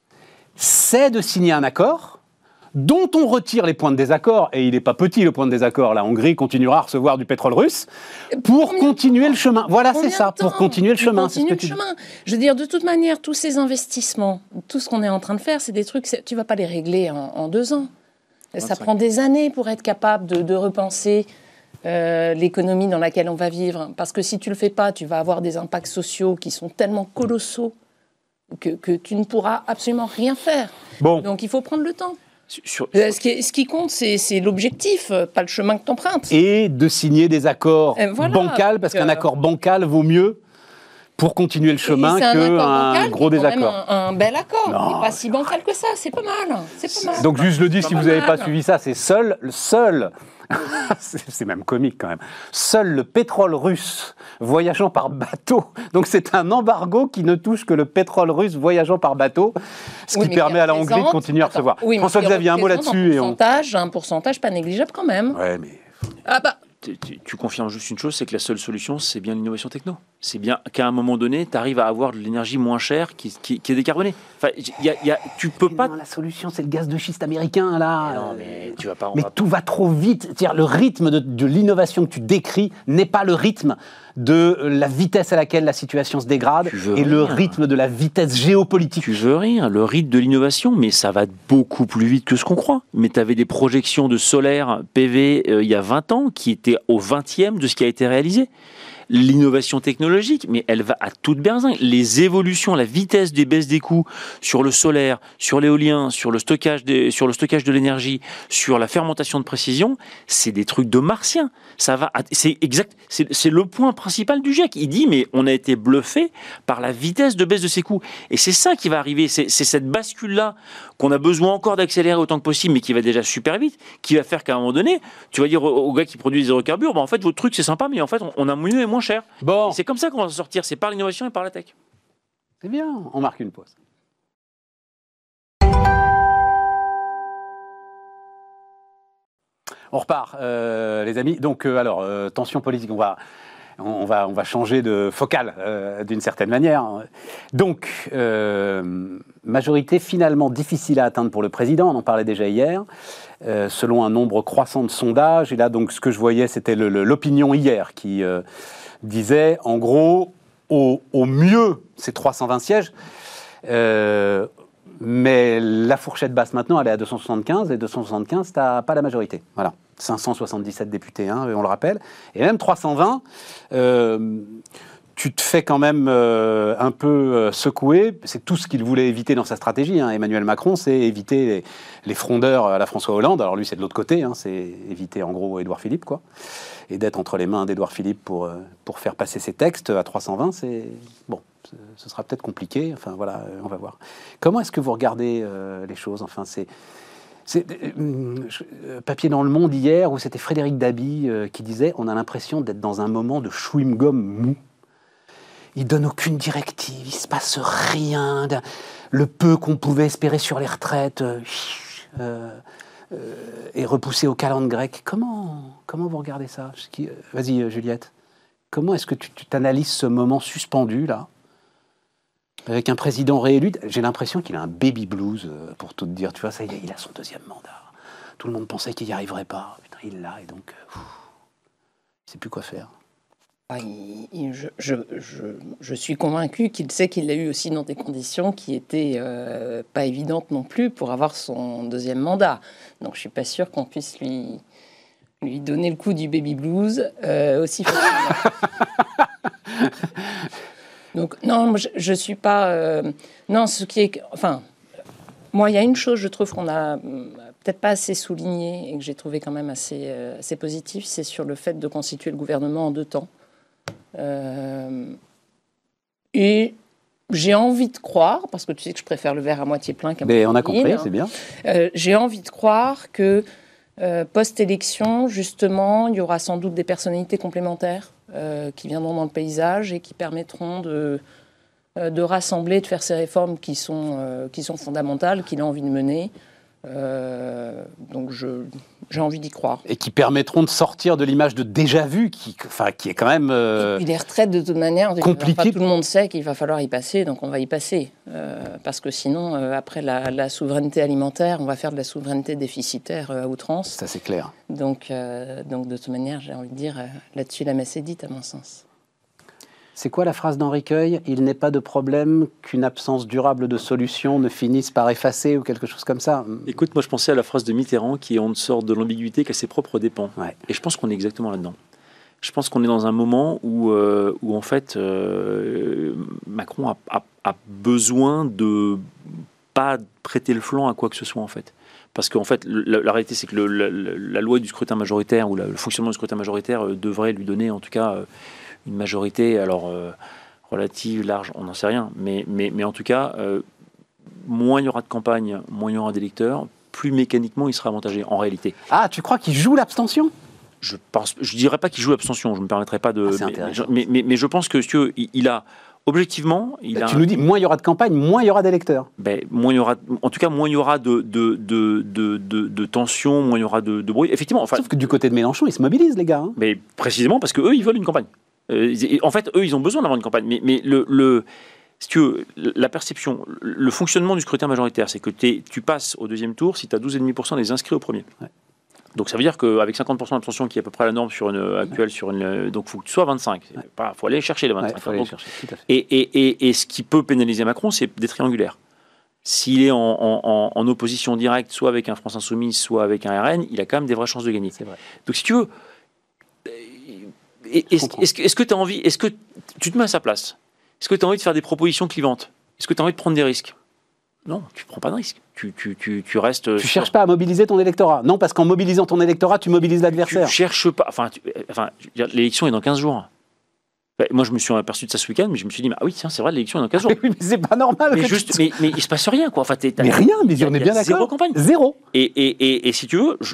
c'est de signer un accord dont on retire les points de désaccord, et il n'est pas petit le point de désaccord, la Hongrie continuera à recevoir du pétrole russe, pour Combien continuer le chemin. Voilà, c'est ça, pour continuer le chemin. Continue c'est ce que le tu chemin. Je veux dire, de toute manière, tous ces investissements, tout ce qu'on est en train de faire, c'est des trucs, c'est, tu ne vas pas les régler en, en deux ans. vingt-cinq Ça prend des années pour être capable de, de repenser euh, l'économie dans laquelle on va vivre. Parce que si tu ne le fais pas, tu vas avoir des impacts sociaux qui sont tellement colossaux que, que tu ne pourras absolument rien faire. Bon. Donc il faut prendre le temps. Sur, sur... Ce, qui, ce qui compte, c'est, c'est l'objectif, pas le chemin que tu empruntes. Et de signer des accords voilà, bancals, parce qu'un accord bancal vaut mieux pour continuer le chemin qu'un gros désaccord. C'est un, un bel accord, non, mais pas si bancal que ça, c'est pas mal. C'est pas mal. Donc juste le dis, si vous n'avez pas suivi ça, c'est seul, seul, c'est même comique quand même, seul le pétrole russe voyageant par bateau, donc c'est un embargo qui ne touche que le pétrole russe voyageant par bateau, ce oui, qui permet à la Hongrie de continuer à recevoir. Oui, François-Xavier, un mot là-dessus. Un pourcentage, et on... un pourcentage pas négligeable quand même. Ouais, mais... Ah bah... Tu, tu, tu confirmes juste une chose, c'est que la seule solution, c'est bien l'innovation techno. C'est bien qu'à un moment donné, tu arrives à avoir de l'énergie moins chère qui, qui, qui est décarbonée. Enfin, y a, y a, tu peux pas... Non, la solution, c'est le gaz de schiste américain, là. Mais non, mais tu vas pas... Mais va tout pas... va trop vite. C'est-à-dire, le rythme de, de l'innovation que tu décris n'est pas le rythme de la vitesse à laquelle la situation se dégrade et rien. Le rythme de la vitesse géopolitique. Tu veux rien, le rythme de l'innovation, mais ça va beaucoup plus vite que ce qu'on croit. Mais tu avais des projections de solaire P V euh, il y a vingt ans qui étaient au vingtième de ce qui a été réalisé. L'innovation technologique, mais elle va à toute berzingue. Les évolutions, la vitesse des baisses des coûts sur le solaire, sur l'éolien, sur le stockage, des, sur le stockage de l'énergie, sur la fermentation de précision, c'est des trucs de martiens. Ça va, à, c'est exact, c'est, c'est le point principal du GIEC. Il dit, mais on a été bluffé par la vitesse de baisse de ces coûts. Et c'est ça qui va arriver. C'est, c'est cette bascule-là qu'on a besoin encore d'accélérer autant que possible, mais qui va déjà super vite, qui va faire qu'à un moment donné, tu vas dire aux, aux gars qui produisent des hydrocarbures, bah en fait, votre truc, c'est sympa, mais en fait, on, on a mieux et moins cher. Bon. Et c'est comme ça qu'on va s'en sortir, c'est par l'innovation et par la tech. C'est bien, on marque une pause. On repart, euh, les amis. Donc, euh, alors, euh, tension politique, on va, on va, on va changer de focale euh, d'une certaine manière. Donc, euh, majorité finalement difficile à atteindre pour le président, on en parlait déjà hier, euh, selon un nombre croissant de sondages. Et là, donc, ce que je voyais, c'était le, le, l'opinion hier qui... Euh, disait, en gros, au, au mieux, c'est trois cent vingt sièges, euh, mais la fourchette basse maintenant, elle est à deux cent soixante-quinze, et deux cent soixante-quinze, t'as pas la majorité. Voilà, cinq cent soixante-dix-sept députés, hein, on le rappelle, et même trois cent vingt, euh, tu te fais quand même euh, un peu euh, secouer. C'est tout ce qu'il voulait éviter dans sa stratégie, hein. Emmanuel Macron, c'est éviter les, les frondeurs à la François Hollande. Alors lui, c'est de l'autre côté, hein, c'est éviter en gros Édouard Philippe, quoi. Et d'être entre les mains d'Édouard Philippe pour, euh, pour faire passer ses textes à trois cent vingt, c'est... Bon, ce sera peut-être compliqué, enfin voilà, euh, on va voir. Comment est-ce que vous regardez euh, les choses ? Enfin, c'est... c'est euh, papier dans Le Monde hier, où c'était Frédéric Dabi euh, qui disait « On a l'impression d'être dans un moment de chewing-gum mou. Il donne aucune directive, il se passe rien. Le peu qu'on pouvait espérer sur les retraites... Euh, euh, Euh, et repoussé au calendrier grec. Comment, comment vous regardez ça ? Vas-y, Juliette. Comment est-ce que tu, tu t'analyses ce moment suspendu, là, avec un président réélu ? J'ai l'impression qu'il a un baby blues, pour tout te dire. Tu vois, ça y est, il a son deuxième mandat. Tout le monde pensait qu'il n'y arriverait pas. Putain, il l'a, et donc, pff, il ne sait plus quoi faire. Ah, il, il, je, je, je, je suis convaincu qu'il sait qu'il l'a eu aussi dans des conditions qui étaient euh, pas évidentes non plus pour avoir son deuxième mandat. Donc je suis pas sûr qu'on puisse lui, lui donner le coup du baby blues euh, aussi facilement. Donc non, je, je suis pas... Euh, non, ce qui est... Enfin, moi, il y a une chose, je trouve qu'on a peut-être pas assez souligné et que j'ai trouvé quand même assez, euh, assez positif, c'est sur le fait de constituer le gouvernement en deux temps. Euh, et j'ai envie de croire, parce que tu sais que je préfère le verre à moitié plein qu'à moitié vide. Mais on a compris, hein, c'est bien. Euh, j'ai envie de croire que Euh, Post-élection, justement, il y aura sans doute des personnalités complémentaires euh, qui viendront dans le paysage et qui permettront de, euh, de rassembler, de faire ces réformes qui sont, euh, qui sont fondamentales, qu'il a envie de mener. Euh, donc je, j'ai envie d'y croire. Et qui permettront de sortir de l'image de déjà-vu, qui, enfin, qui est quand même euh, et puis les retraites, de toute manière, compliqué. Enfin, tout le monde sait qu'il va falloir y passer, donc on va y passer. Euh, parce que sinon, euh, après la, la souveraineté alimentaire, on va faire de la souveraineté déficitaire euh, à outrance. Ça, c'est clair. Donc, euh, donc de toute manière, j'ai envie de dire, euh, là-dessus, la messe est dite, à mon sens. C'est quoi la phrase d'Henri Queuille ? Il n'est pas de problème qu'une absence durable de solution ne finisse par effacer ou quelque chose comme ça. Écoute, moi je pensais à la phrase de Mitterrand qui est on ne sort de l'ambiguïté qu'à ses propres dépens. Ouais. Et je pense qu'on est exactement là-dedans. Je pense qu'on est dans un moment où, euh, où en fait, euh, Macron a, a, a besoin de pas prêter le flanc à quoi que ce soit en fait. Parce qu'en fait, la, la réalité, c'est que le, la, la loi du scrutin majoritaire ou la, le fonctionnement du scrutin majoritaire euh, devrait lui donner en tout cas euh, une majorité, alors euh, relative, large, on n'en sait rien, mais, mais, mais en tout cas, euh, moins il y aura de campagne, moins il y aura d'électeurs, plus mécaniquement il sera avantagé en réalité. Ah, tu crois qu'il joue l'abstention ? Je pense, je dirais pas qu'il joue l'abstention, je me permettrais pas de. Ah, c'est mais, intéressant. mais, mais, mais je pense que si il, il a objectivement, il bah, a. Tu nous dis, moins il y aura de campagne, moins il y aura d'électeurs. Ben, moins il y aura, en tout cas, moins il y aura de, de, de, de, de, de tension, moins il y aura de, de bruit. Effectivement, enfin. Sauf que du côté de Mélenchon, ils se mobilisent, les gars. Hein. Mais précisément parce que eux, ils veulent une campagne. Euh, en fait, eux, ils ont besoin d'avoir une campagne. Mais, mais le, le, si tu veux, la perception, le fonctionnement du scrutin majoritaire, c'est que tu passes au deuxième tour si tu as douze virgule cinq pour cent des inscrits au premier. Ouais. Donc ça veut dire qu'avec cinquante pour cent d'abstention, qui est à peu près la norme sur une, actuelle, sur une, donc il faut que tu sois vingt-cinq. Il ouais. faut aller chercher les vingt-cinq. Ouais, faut aller donc, chercher, tout à fait. Et, et, et, et ce qui peut pénaliser Macron, c'est d'être triangulaire. S'il est en, en, en opposition directe, soit avec un France Insoumise, soit avec un R N, il a quand même des vraies chances de gagner. C'est vrai. Donc si tu veux... Est-ce, est-ce que, est-ce que tu as envie, est-ce que tu te mets à sa place ? Est-ce que tu as envie de faire des propositions clivantes ? Est-ce que tu as envie de prendre des risques ? Non, tu ne prends pas de risques. Tu, tu, tu, tu restes. Tu ne sur... cherches pas à mobiliser ton électorat. Non, parce qu'en mobilisant ton électorat, tu mobilises l'adversaire. Tu cherches pas. Enfin, tu, enfin l'élection est dans quinze jours. Moi, je me suis aperçu de ça ce week-end, mais je me suis dit, ah oui, tiens, c'est vrai, l'élection est dans quinze jours. mais c'est pas normal. Mais, juste, mais, mais il se passe rien, quoi. Enfin, t'es, mais rien, mais on est bien d'accord. Zéro campagne. Zéro. Et, et, et, et si tu veux. Je,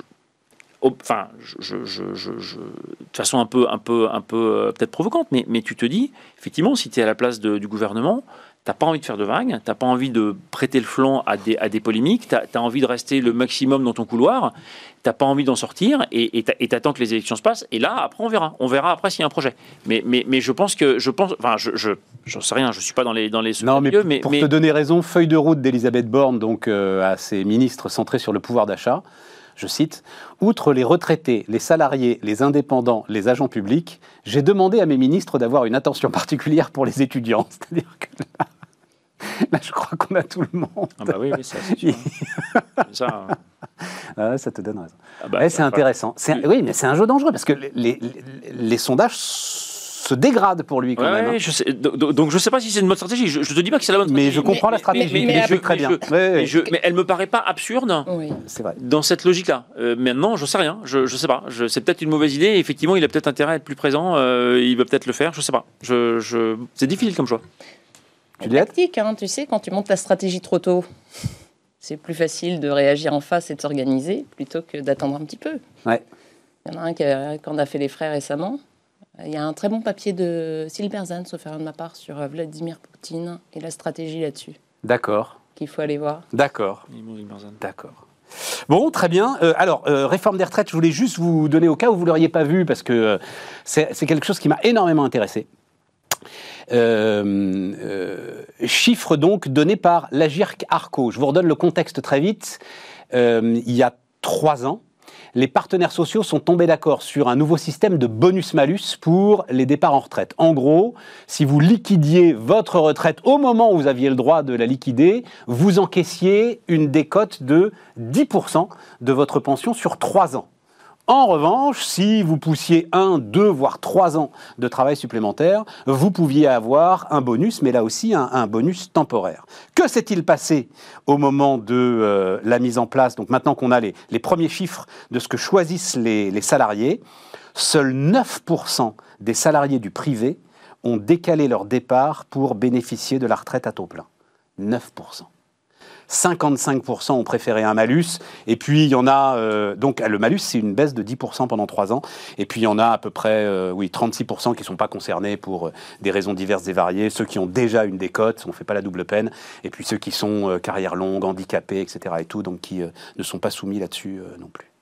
Enfin, je, je, je, je, je, de façon un peu, un peu, un peu euh, peut-être provocante, mais, mais tu te dis, effectivement, si tu es à la place de, du gouvernement, tu n'as pas envie de faire de vagues, tu n'as pas envie de prêter le flanc à des, à des polémiques, tu as envie de rester le maximum dans ton couloir, tu n'as pas envie d'en sortir, et tu attends que les élections se passent, et là, après, on verra. On verra après s'il y a un projet. Mais, mais, mais je pense que, je pense, enfin, je, je, j'en sais rien, je ne suis pas dans les, dans les non, mais, mais pour mais... te donner raison, feuille de route d'Elisabeth Borne, donc euh, à ses ministres centrés sur le pouvoir d'achat. Je cite, « Outre les retraités, les salariés, les indépendants, les agents publics, j'ai demandé à mes ministres d'avoir une attention particulière pour les étudiants. » C'est-à-dire que là, là, je crois qu'on a tout le monde. Ah bah oui, oui, ça, c'est sûr. ça, ah, ça te donne raison. Ah bah, ouais, c'est intéressant. C'est un, oui, mais c'est un jeu dangereux parce que les, les, les sondages se dégrade pour lui quand ouais, même. Ouais, hein. je sais, donc, donc je ne sais pas si c'est une bonne stratégie. Je ne te dis pas que c'est la bonne stratégie. Mais je comprends mais, la stratégie. Mais, mais, mais, mais je, très bien. Je, ouais, mais, je, mais elle me paraît pas absurde. Oui. C'est vrai. Dans cette logique-là. Euh, maintenant, je sais rien. Je ne sais pas. Je, c'est peut-être une mauvaise idée. Effectivement, il a peut-être intérêt à être plus présent. Euh, il va peut-être le faire. Je ne sais pas. Je, je... C'est difficile comme choix. C'est tactique, hein, tu sais, quand tu montes ta stratégie trop tôt, c'est plus facile de réagir en face et de s'organiser plutôt que d'attendre un petit peu. Ouais. Il y en a un qui a, qui en a fait les frais récemment. Il y a un très bon papier de Silber Zahn, sauf erreur de ma part, sur Vladimir Poutine et la stratégie là-dessus. D'accord. Qu'il faut aller voir. D'accord. D'accord. Bon, très bien. Euh, alors, euh, réforme des retraites, je voulais juste vous donner au cas où vous ne l'auriez pas vu, parce que euh, c'est, c'est quelque chose qui m'a énormément intéressé. Euh, euh, chiffre donc donné par l'Agirc Arco. Je vous redonne le contexte très vite. Euh, il y a trois ans, les partenaires sociaux sont tombés d'accord sur un nouveau système de bonus-malus pour les départs en retraite. En gros, si vous liquidiez votre retraite au moment où vous aviez le droit de la liquider, vous encaissiez une décote de dix pour cent de votre pension sur trois ans. En revanche, si vous poussiez un, deux, voire trois ans de travail supplémentaire, vous pouviez avoir un bonus, mais là aussi un, un bonus temporaire. Que s'est-il passé au moment de euh, la mise en place ? Donc maintenant qu'on a les, les premiers chiffres de ce que choisissent les, les salariés, seuls neuf pour cent des salariés du privé ont décalé leur départ pour bénéficier de la retraite à taux plein. neuf pour cent. cinquante-cinq pour cent ont préféré un malus. Et puis, il y en a... Euh, donc, le malus, c'est une baisse de dix pour cent pendant trois ans. Et puis, il y en a à peu près euh, oui, trente-six pour cent qui ne sont pas concernés pour euh, des raisons diverses et variées. Ceux qui ont déjà une décote, on ne fait pas la double peine. Et puis, ceux qui sont euh, carrière longue, handicapés, et cetera. Et tout, donc qui euh, ne sont pas soumis là-dessus euh, non plus.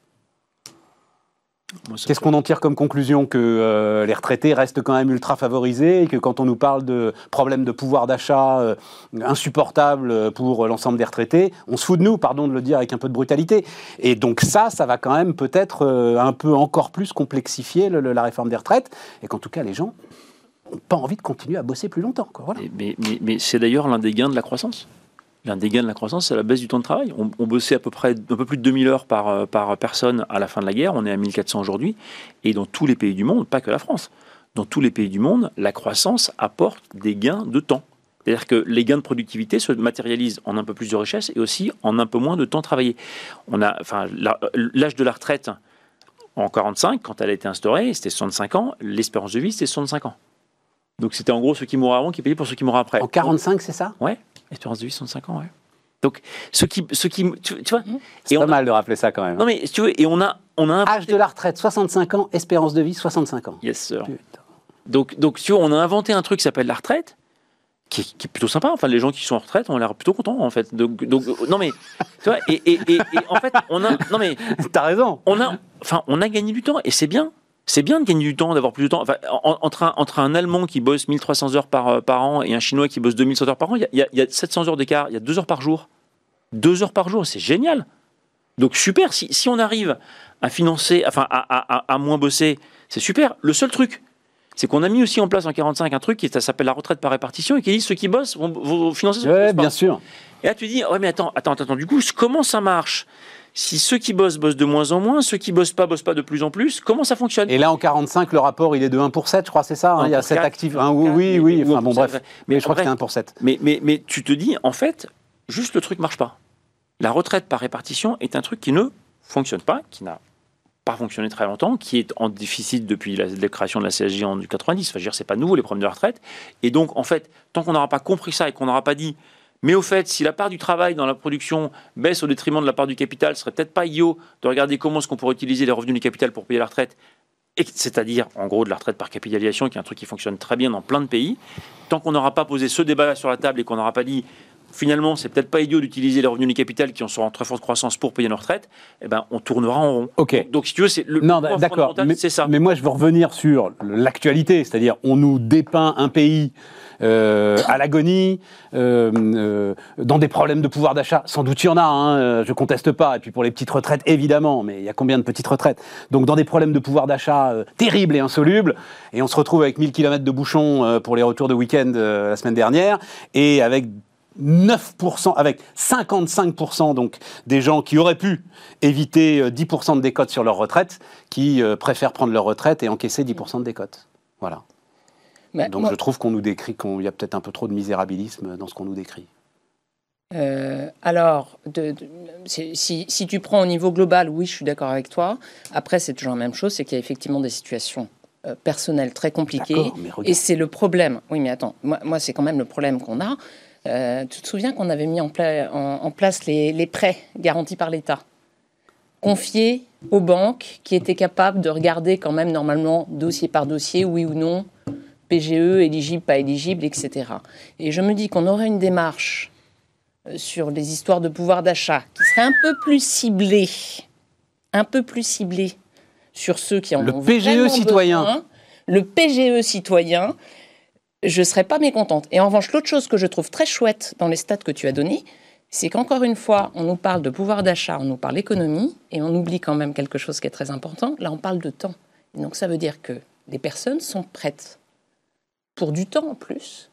Qu'est-ce qu'on en tire comme conclusion? Que euh, les retraités restent quand même ultra favorisés et que quand on nous parle de problèmes de pouvoir d'achat euh, insupportables pour l'ensemble des retraités, on se fout de nous, pardon de le dire avec un peu de brutalité. Et donc ça, ça va quand même peut-être euh, un peu encore plus complexifier le, le, la réforme des retraites et qu'en tout cas les gens n'ont pas envie de continuer à bosser plus longtemps, quoi. Voilà. Mais, mais, mais c'est d'ailleurs l'un des gains de la croissance. L'un des gains de la croissance, c'est la baisse du temps de travail. On, on bossait à peu près un peu plus de deux mille heures par, par personne à la fin de la guerre. On est à mille quatre cents aujourd'hui. Et dans tous les pays du monde, pas que la France, dans tous les pays du monde, la croissance apporte des gains de temps. C'est-à-dire que les gains de productivité se matérialisent en un peu plus de richesse et aussi en un peu moins de temps travaillé. On a, enfin, la, l'âge de la retraite en quarante-cinq, quand elle a été instaurée, c'était soixante-cinq ans. L'espérance de vie, c'était soixante-cinq ans. Donc c'était en gros ceux qui mourraient avant qui payaient pour ceux qui mourraient après. En quarante-cinq, c'est ça? Ouais. Espérance de vie, soixante-cinq ans, ouais. Donc, ceux qui, ceux qui tu, tu vois, c'est et pas on mal a, de rappeler ça quand même. Non mais si tu veux, et on a, on a inventé... âge de la retraite, soixante-cinq ans, espérance de vie, soixante-cinq ans. Yes sir. Putain. Donc, donc, tu vois, on a inventé un truc qui s'appelle la retraite, qui, qui est plutôt sympa. Enfin, les gens qui sont en retraite ont l'air plutôt contents en fait. Donc, donc non mais, tu vois, et, et, et, et en fait, on a, non mais, t'as raison. On a, enfin, on a gagné du temps et c'est bien. C'est bien de gagner du temps, d'avoir plus de temps. Enfin, en, entre, un, entre un Allemand qui bosse mille trois cents heures par, par an et un Chinois qui bosse deux mille cent heures par an, il y, y, y a sept cents heures d'écart, il y a deux heures par jour. Deux heures par jour, c'est génial. Donc super, si, si on arrive à financer, enfin à, à, à moins bosser, c'est super. Le seul truc, c'est qu'on a mis aussi en place en quarante-cinq un truc qui s'appelle la retraite par répartition et qui dit ceux qui bossent vont, vont financer ceux qui ouais, bossent pas. Bien sûr. Et là tu dis, ouais mais attends, attends, attends, du coup, comment ça marche? Si ceux qui bossent bossent de moins en moins, ceux qui bossent pas bossent pas de plus en plus, comment ça fonctionne? Et là, en quarante-cinq, le rapport, il est de un pour sept, je crois, c'est ça hein, il y a sept actifs. Hein, oui, oui, enfin bon, bref. Mais, mais je crois que c'est un pour sept. Mais, mais, mais tu te dis, en fait, juste le truc marche pas. La retraite par répartition est un truc qui ne fonctionne pas, qui n'a pas fonctionné très longtemps, qui est en déficit depuis la, la création de la C S G en quatre-vingt-dix. Enfin, je veux dire, c'est pas nouveau les problèmes de la retraite. Et donc, en fait, tant qu'on n'aura pas compris ça et qu'on n'aura pas dit, mais au fait, si la part du travail dans la production baisse au détriment de la part du capital, ce serait peut-être pas idiot de regarder comment est-ce qu'on pourrait utiliser les revenus du capital pour payer la retraite, et, c'est-à-dire, en gros, de la retraite par capitalisation, qui est un truc qui fonctionne très bien dans plein de pays. Tant qu'on n'aura pas posé ce débat-là sur la table et qu'on n'aura pas dit, finalement, c'est peut-être pas idiot d'utiliser les revenus du capital qui sont en très forte croissance pour payer nos retraites, eh ben, on tournera en rond. Ok. Donc, donc si tu veux, c'est le non, point d'accord, fondamental, mais, c'est ça. Mais moi, je veux revenir sur l'actualité, c'est-à-dire, on nous dépeint un pays euh, à l'agonie, euh, euh, dans des problèmes de pouvoir d'achat. Sans doute, il y en a, hein, je conteste pas. Et puis pour les petites retraites, évidemment, mais il y a combien de petites retraites? Donc, dans des problèmes de pouvoir d'achat euh, terribles et insolubles, et on se retrouve avec mille kilomètres de bouchons euh, pour les retours de week-end euh, la semaine dernière, et avec neuf pour cent, avec cinquante-cinq pour cent donc des gens qui auraient pu éviter dix pour cent de décote sur leur retraite, qui euh, préfèrent prendre leur retraite et encaisser dix pour cent de décote. Voilà. Mais donc moi, je trouve qu'on nous décrit, qu'il y a peut-être un peu trop de misérabilisme dans ce qu'on nous décrit. Euh, alors, de, de, si, si tu prends au niveau global, oui, je suis d'accord avec toi. Après, c'est toujours la même chose, c'est qu'il y a effectivement des situations euh, personnelles très compliquées. Et c'est le problème. Oui, mais attends, moi, moi c'est quand même le problème qu'on a. Euh, tu te souviens qu'on avait mis en, pla- en, en place les, les prêts garantis par l'État, confiés aux banques qui étaient capables de regarder quand même normalement dossier par dossier, oui ou non, P G E, éligible, pas éligible, et cetera. Et je me dis qu'on aurait une démarche sur les histoires de pouvoir d'achat qui serait un peu plus ciblée, un peu plus ciblée sur ceux qui en le ont P G E citoyen. besoin. Le P G E citoyen, je ne serais pas mécontente. Et en revanche, l'autre chose que je trouve très chouette dans les stats que tu as donnés, c'est qu'encore une fois, on nous parle de pouvoir d'achat, on nous parle d'économie, et on oublie quand même quelque chose qui est très important. Là, on parle de temps. Et donc, ça veut dire que les personnes sont prêtes, pour du temps en plus,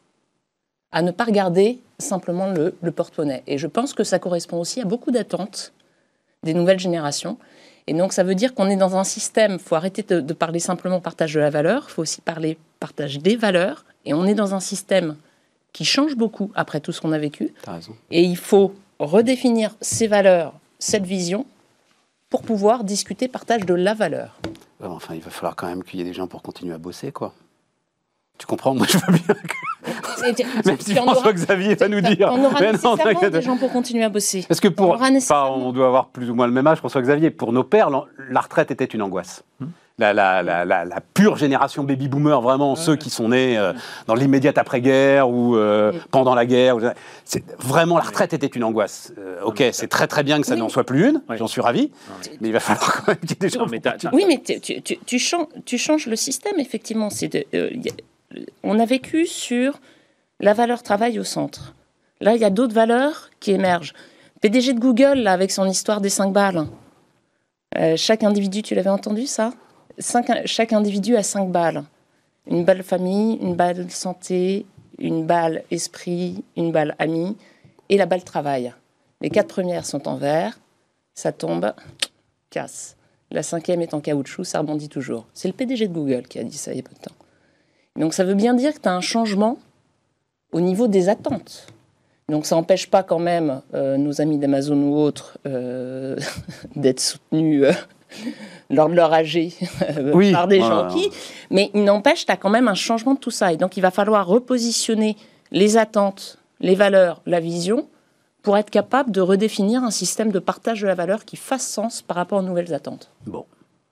à ne pas regarder simplement le, le porte-monnaie. Et je pense que ça correspond aussi à beaucoup d'attentes des nouvelles générations. Et donc, ça veut dire qu'on est dans un système, il faut arrêter de, de parler simplement partage de la valeur, il faut aussi parler partage des valeurs. Et on est dans un système qui change beaucoup après tout ce qu'on a vécu. T'as raison. Et il faut redéfinir ces valeurs, cette vision, pour pouvoir discuter partage de la valeur. Enfin, il va falloir quand même qu'il y ait des gens pour continuer à bosser, quoi. Tu comprends? Moi, je veux bien que... Même si François-Xavier va nous dire... On aura nécessairement des gens pour continuer à bosser. Parce que pour... On, nécessairement... enfin, on doit avoir plus ou moins le même âge, François-Xavier. Pour nos pères, la retraite était une angoisse. Hmm. La, la, la, la, la pure génération baby-boomer, vraiment, ouais, ceux ouais. qui sont nés euh, dans l'immédiate après-guerre ou euh, ouais. pendant la guerre. Ou... C'est, vraiment, la retraite était une angoisse. Euh, ok, c'est très très bien que ça oui. n'en soit plus une, ouais. j'en suis ravi, ouais. mais il va falloir quand même qu'il y ait des gens... Non, mais oui, mais tu, tu, tu, tu, changes, tu changes le système, effectivement. C'est de, euh, y a, on a vécu sur la valeur travail au centre. Là, il y a d'autres valeurs qui émergent. P D G de Google, là, avec son histoire des cinq balles. Euh, chaque individu, tu l'avais entendu, ça ? Cinq, chaque individu a cinq balles. Une balle famille, une balle santé, une balle esprit, une balle ami et la balle travail. Les quatre premières sont en verre, ça tombe, casse. La cinquième est en caoutchouc, ça rebondit toujours. C'est le P D G de Google qui a dit ça il y a peu de temps. Donc ça veut bien dire que tu as un changement au niveau des attentes. Donc ça n'empêche pas quand même euh, nos amis d'Amazon ou autres euh, d'être soutenus... Euh, lors de leur A G euh, oui, par des voilà. gens qui... Mais il n'empêche, tu as quand même un changement de tout ça. Et donc, il va falloir repositionner les attentes, les valeurs, la vision, pour être capable de redéfinir un système de partage de la valeur qui fasse sens par rapport aux nouvelles attentes. Bon.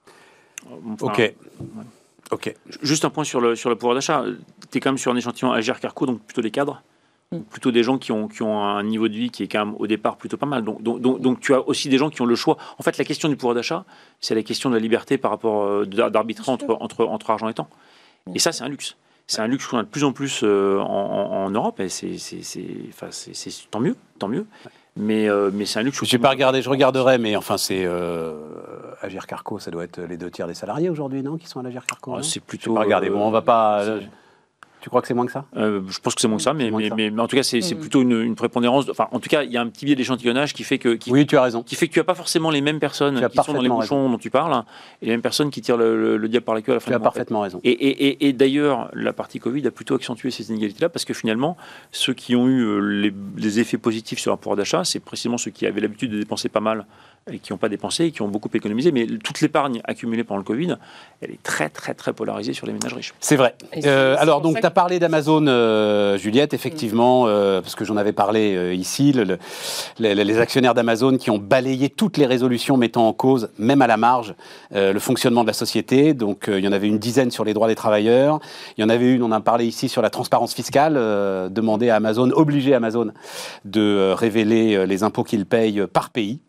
Enfin, OK. Ouais. OK. Juste un point sur le, sur le pouvoir d'achat. Tu es quand même sur un échantillon Agir Carco, donc plutôt des cadres. Plutôt des gens qui ont, qui ont un niveau de vie qui est quand même au départ plutôt pas mal. Donc, donc, donc, donc tu as aussi des gens qui ont le choix. En fait, la question du pouvoir d'achat, c'est la question de la liberté par rapport euh, d'arbitrer entre, entre, entre argent et temps. Et ça, c'est un luxe. C'est un luxe qu'on a de plus en plus euh, en, en, en Europe. Et c'est, c'est, c'est, enfin, c'est, c'est tant mieux, tant mieux. Mais, euh, mais c'est un luxe. Je n'ai pas regardé, je regarderai, mais enfin, c'est euh, Agir Carco, ça doit être les deux tiers des salariés aujourd'hui, non, qui sont à l'Agir Carco. Ah, c'est plutôt. Pas regardé. Bon, on va pas. Euh, Tu crois que c'est moins que ça ? euh, Je pense que c'est moins que ça, mais, moins mais, que ça. mais, mais en tout cas, c'est, c'est plutôt une, une prépondérance. Enfin, en tout cas, il y a un petit biais d'échantillonnage qui fait que. Qui, oui, tu as raison. Qui fait que tu n'as pas forcément les mêmes personnes qui sont dans les bouchons raison. dont tu parles, et les mêmes personnes qui tirent le, le, le diable par la queue à la fin. Tu as parfaitement raison. Et, et, et, et d'ailleurs, la partie Covid a plutôt accentué ces inégalités-là, parce que finalement, ceux qui ont eu les, les effets positifs sur leur pouvoir d'achat, c'est précisément ceux qui avaient l'habitude de dépenser pas mal et qui n'ont pas dépensé et qui ont beaucoup économisé. Mais toute l'épargne accumulée pendant le Covid, elle est très, très, très polarisée sur les ménages riches. C'est vrai. Euh, alors, donc, tu as parlé d'Amazon, euh, Juliette, effectivement, euh, parce que j'en avais parlé euh, ici, le, le, les, les actionnaires d'Amazon qui ont balayé toutes les résolutions mettant en cause, même à la marge, euh, le fonctionnement de la société. Donc, euh, il y en avait une dizaine sur les droits des travailleurs. Il y en avait une, on en a parlé ici, sur la transparence fiscale, euh, demander à Amazon, obliger Amazon de euh, révéler euh, les impôts qu'il paye par pays.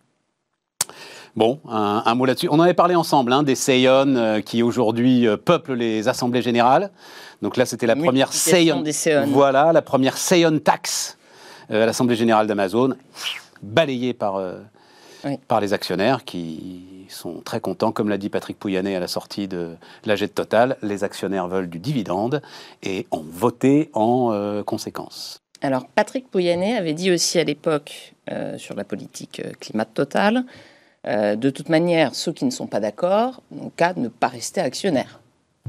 Bon, un, un mot là-dessus. On en avait parlé ensemble, hein, des Seon euh, qui aujourd'hui euh, peuplent les assemblées générales. Donc là, c'était la oui, première Seon. Voilà, la première Seon tax euh, à l'Assemblée générale d'Amazon, balayée par, euh, oui. par les actionnaires qui sont très contents. Comme l'a dit Patrick Pouyanné à la sortie de l'A G de Total, les actionnaires veulent du dividende et ont voté en euh, conséquence. Alors, Patrick Pouyanné avait dit aussi à l'époque, euh, sur la politique euh, climat de Total, Euh, de toute manière, ceux qui ne sont pas d'accord n'ont qu'à ne pas rester actionnaires.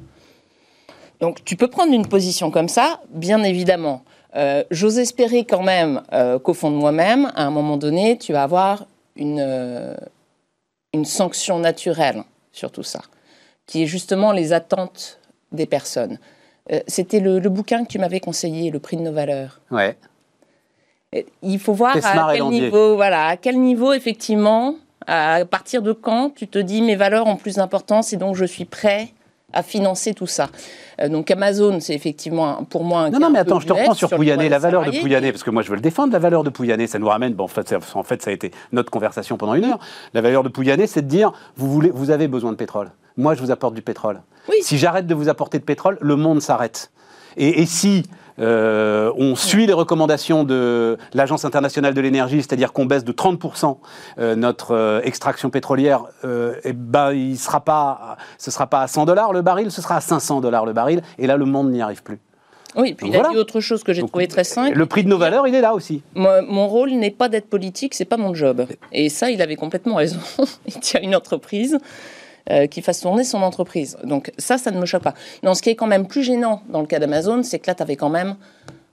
Donc, tu peux prendre une position comme ça, bien évidemment. Euh, j'ose espérer quand même euh, qu'au fond de moi-même, à un moment donné, tu vas avoir une, euh, une sanction naturelle sur tout ça, qui est justement les attentes des personnes. Euh, c'était le, le bouquin que tu m'avais conseillé, Le prix de nos valeurs. Ouais. Et il faut voir à quel niveau, voilà, à quel niveau, effectivement... À partir de quand tu te dis mes valeurs ont plus d'importance et donc je suis prêt à financer tout ça. Euh, donc Amazon, c'est effectivement pour moi un non, non, mais attends, je te reprends sur, sur Pouyanné, la valeur de Pouyanné, et... parce que moi je veux le défendre, la valeur de Pouyanné, ça nous ramène, bon, en fait, ça, en fait ça a été notre conversation pendant une heure, la valeur de Pouyanné, c'est de dire, vous, voulez, vous avez besoin de pétrole, moi je vous apporte du pétrole. Oui. Si j'arrête de vous apporter de pétrole, le monde s'arrête. Et, et si euh, on suit les recommandations de l'Agence internationale de l'énergie, c'est-à-dire qu'on baisse de trente pour cent euh, notre euh, extraction pétrolière, euh, et ben, il sera pas, ce ne sera pas à cent dollars le baril, ce sera à cinq cents dollars le baril, et là le monde n'y arrive plus. Oui, puis Donc il voilà. a dit autre chose que j'ai Donc, trouvé très simple. Le prix de nos valeurs, il est là aussi. Moi, mon rôle n'est pas d'être politique, c'est pas mon job. Et ça, il avait complètement raison. Il tient une entreprise... Euh, qui fasse tourner son entreprise. Donc ça, ça ne me choque pas. Non, ce qui est quand même plus gênant dans le cas d'Amazon, c'est que là, tu avais quand même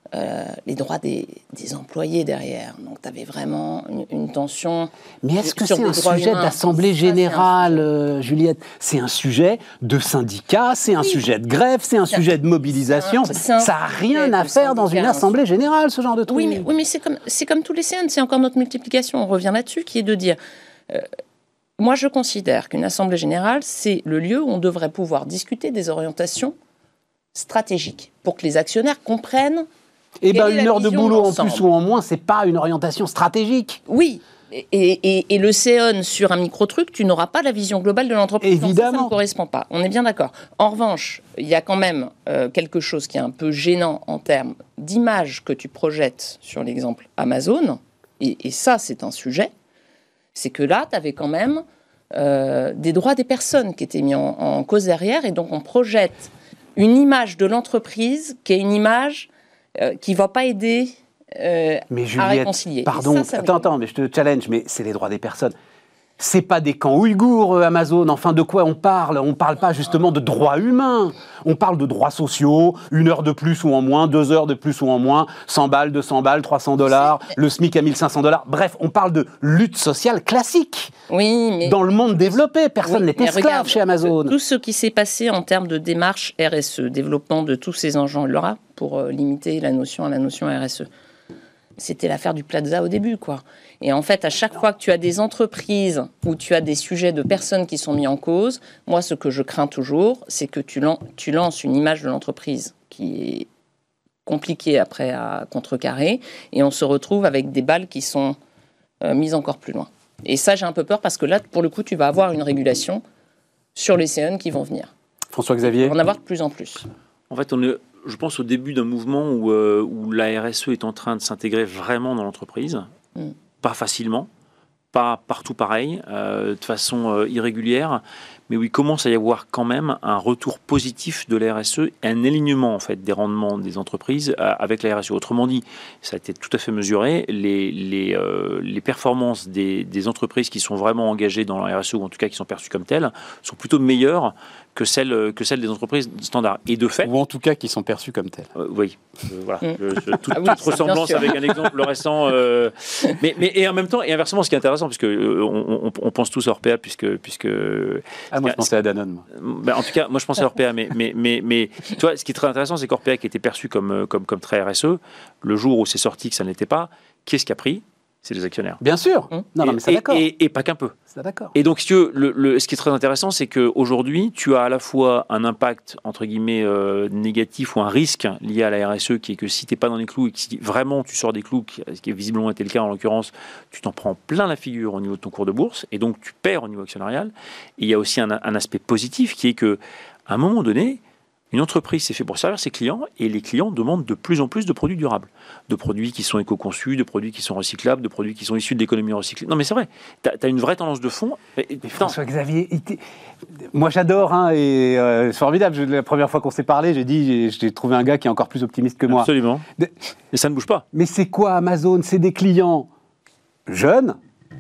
euh, les droits des, des employés derrière. Donc, tu avais vraiment une, une tension. Mais est-ce que sur c'est des un droits sujet humains. d'assemblée Ça, c'est un générale, sujet. euh, Juliette? C'est un sujet de syndicat, c'est un Oui. sujet de grève, c'est un C'est un- sujet de mobilisation. c'est un- c'est un Ça n'a rien sujet à de faire dans une syndicat, assemblée générale, ce genre de truc. Oui, mais, oui, mais c'est comme, c'est comme tous les C N, c'est encore notre multiplication. On revient là-dessus, qui est de dire... euh, moi, je considère qu'une assemblée générale, c'est le lieu où on devrait pouvoir discuter des orientations stratégiques pour que les actionnaires comprennent. Eh quelle bien, est la une heure de vision boulot en d'ensemble. plus ou en moins, c'est pas une orientation stratégique. Oui. Et, et- et le C E N sur un micro-truc, tu n'auras pas la vision globale de l'entreprise. Donc ça, Évidemment. Ça ne correspond pas. On est bien d'accord. En revanche, il y a quand même euh, quelque chose qui est un peu gênant en termes d'image que tu projettes sur l'exemple Amazon. Et, et ça, c'est un sujet. C'est que là, tu avais quand même euh, des droits des personnes qui étaient mis en, en cause derrière. Et donc, on projette une image de l'entreprise qui est une image euh, qui ne va pas aider euh, Mais à Juliette, réconcilier. Et pardon, ça, ça me attends, gêne. attends, mais je te challenge, mais c'est les droits des personnes. C'est pas des camps ouïghours, euh, Amazon. Enfin, de quoi on parle? On parle pas justement de droits humains. On parle de droits sociaux, une heure de plus ou en moins, deux heures de plus ou en moins, cent balles, deux cents balles, trois cents dollars, le SMIC à mille cinq cents dollars. Bref, on parle de lutte sociale classique. Oui, mais... Dans le monde développé, personne Oui, n'est mais esclave regarde, chez Amazon. Tout ce qui s'est passé en termes de démarche R S E, développement de tous ces enjeux-là, pour euh, limiter la notion à la notion R S E, c'était l'affaire du Plaza au début, quoi. Et en fait, à chaque fois que tu as des entreprises où tu as des sujets de personnes qui sont mis en cause, moi, ce que je crains toujours, c'est que tu, lan- tu lances une image de l'entreprise qui est compliquée après à contrecarrer, et on se retrouve avec des balles qui sont euh, mises encore plus loin. Et ça, j'ai un peu peur, parce que là, pour le coup, tu vas avoir une régulation sur les C E N qui vont venir. François-Xavier. On va en avoir de plus en plus. En fait, on est, je pense, au début d'un mouvement où, euh, où la R S E est en train de s'intégrer vraiment dans l'entreprise. Mm. Pas facilement, pas partout pareil, euh, de façon euh, irrégulière, mais où il commence à y avoir quand même un retour positif de la R S E, un alignement en fait des rendements des entreprises euh, avec la R S E. Autrement dit, ça a été tout à fait mesuré, les, les, euh, les performances des, des entreprises qui sont vraiment engagées dans la R S E, ou en tout cas qui sont perçues comme telles, sont plutôt meilleures que celles, que celles des entreprises standards. Et de fait... Ou en tout cas qui sont perçus comme tels. Euh, oui, euh, voilà. Mm. Je- je- toute, Ah oui, toute ça, ressemblance bien sûr. avec un exemple récent. euh, mais, mais et en même temps, et inversement, ce qui est intéressant, puisque euh, on, on- on pense tous à Orpea, puisque puisque Ah, moi je pensais à Danone, moi. ben, en tout cas, moi je pensais à Orpea, mais mais mais mais tu vois, ce qui est très intéressant, c'est qu'Orpea qui était perçu comme euh, comme comme très R S E, le jour où c'est sorti que ça n'était pas, qui est-ce qui a pris? C'est les actionnaires. Bien sûr. Hum. Non, non, Et- mais c'est et, d'accord. et, et pas qu'un peu. C'est d'accord. Et donc, si tu veux, le, le- ce qui est très intéressant, c'est qu'aujourd'hui, tu as à la fois un impact, entre guillemets, euh, négatif ou un risque lié à la R S E, qui est que si tu n'es pas dans les clous et que si vraiment tu sors des clous, qui- ce qui est visiblement été le cas en l'occurrence, tu t'en prends plein la figure au niveau de ton cours de bourse, et donc tu perds au niveau actionnarial. Et il y a aussi un, un aspect positif qui est que, à un moment donné, une entreprise, c'est fait pour servir ses clients, et les clients demandent de plus en plus de produits durables. De produits qui sont éco-conçus, de produits qui sont recyclables, de produits qui sont issus de l'économie recyclée. Non, mais c'est vrai, tu as une vraie tendance de fond. Et- et- Mais putain, François-Xavier, il t'est- moi j'adore, hein, et euh, c'est formidable. Je- la première fois qu'on s'est parlé, j'ai dit, j'ai j'ai trouvé un gars qui est encore plus optimiste que moi. Absolument. De- Et ça ne bouge pas. Mais c'est quoi Amazon? C'est des clients jeunes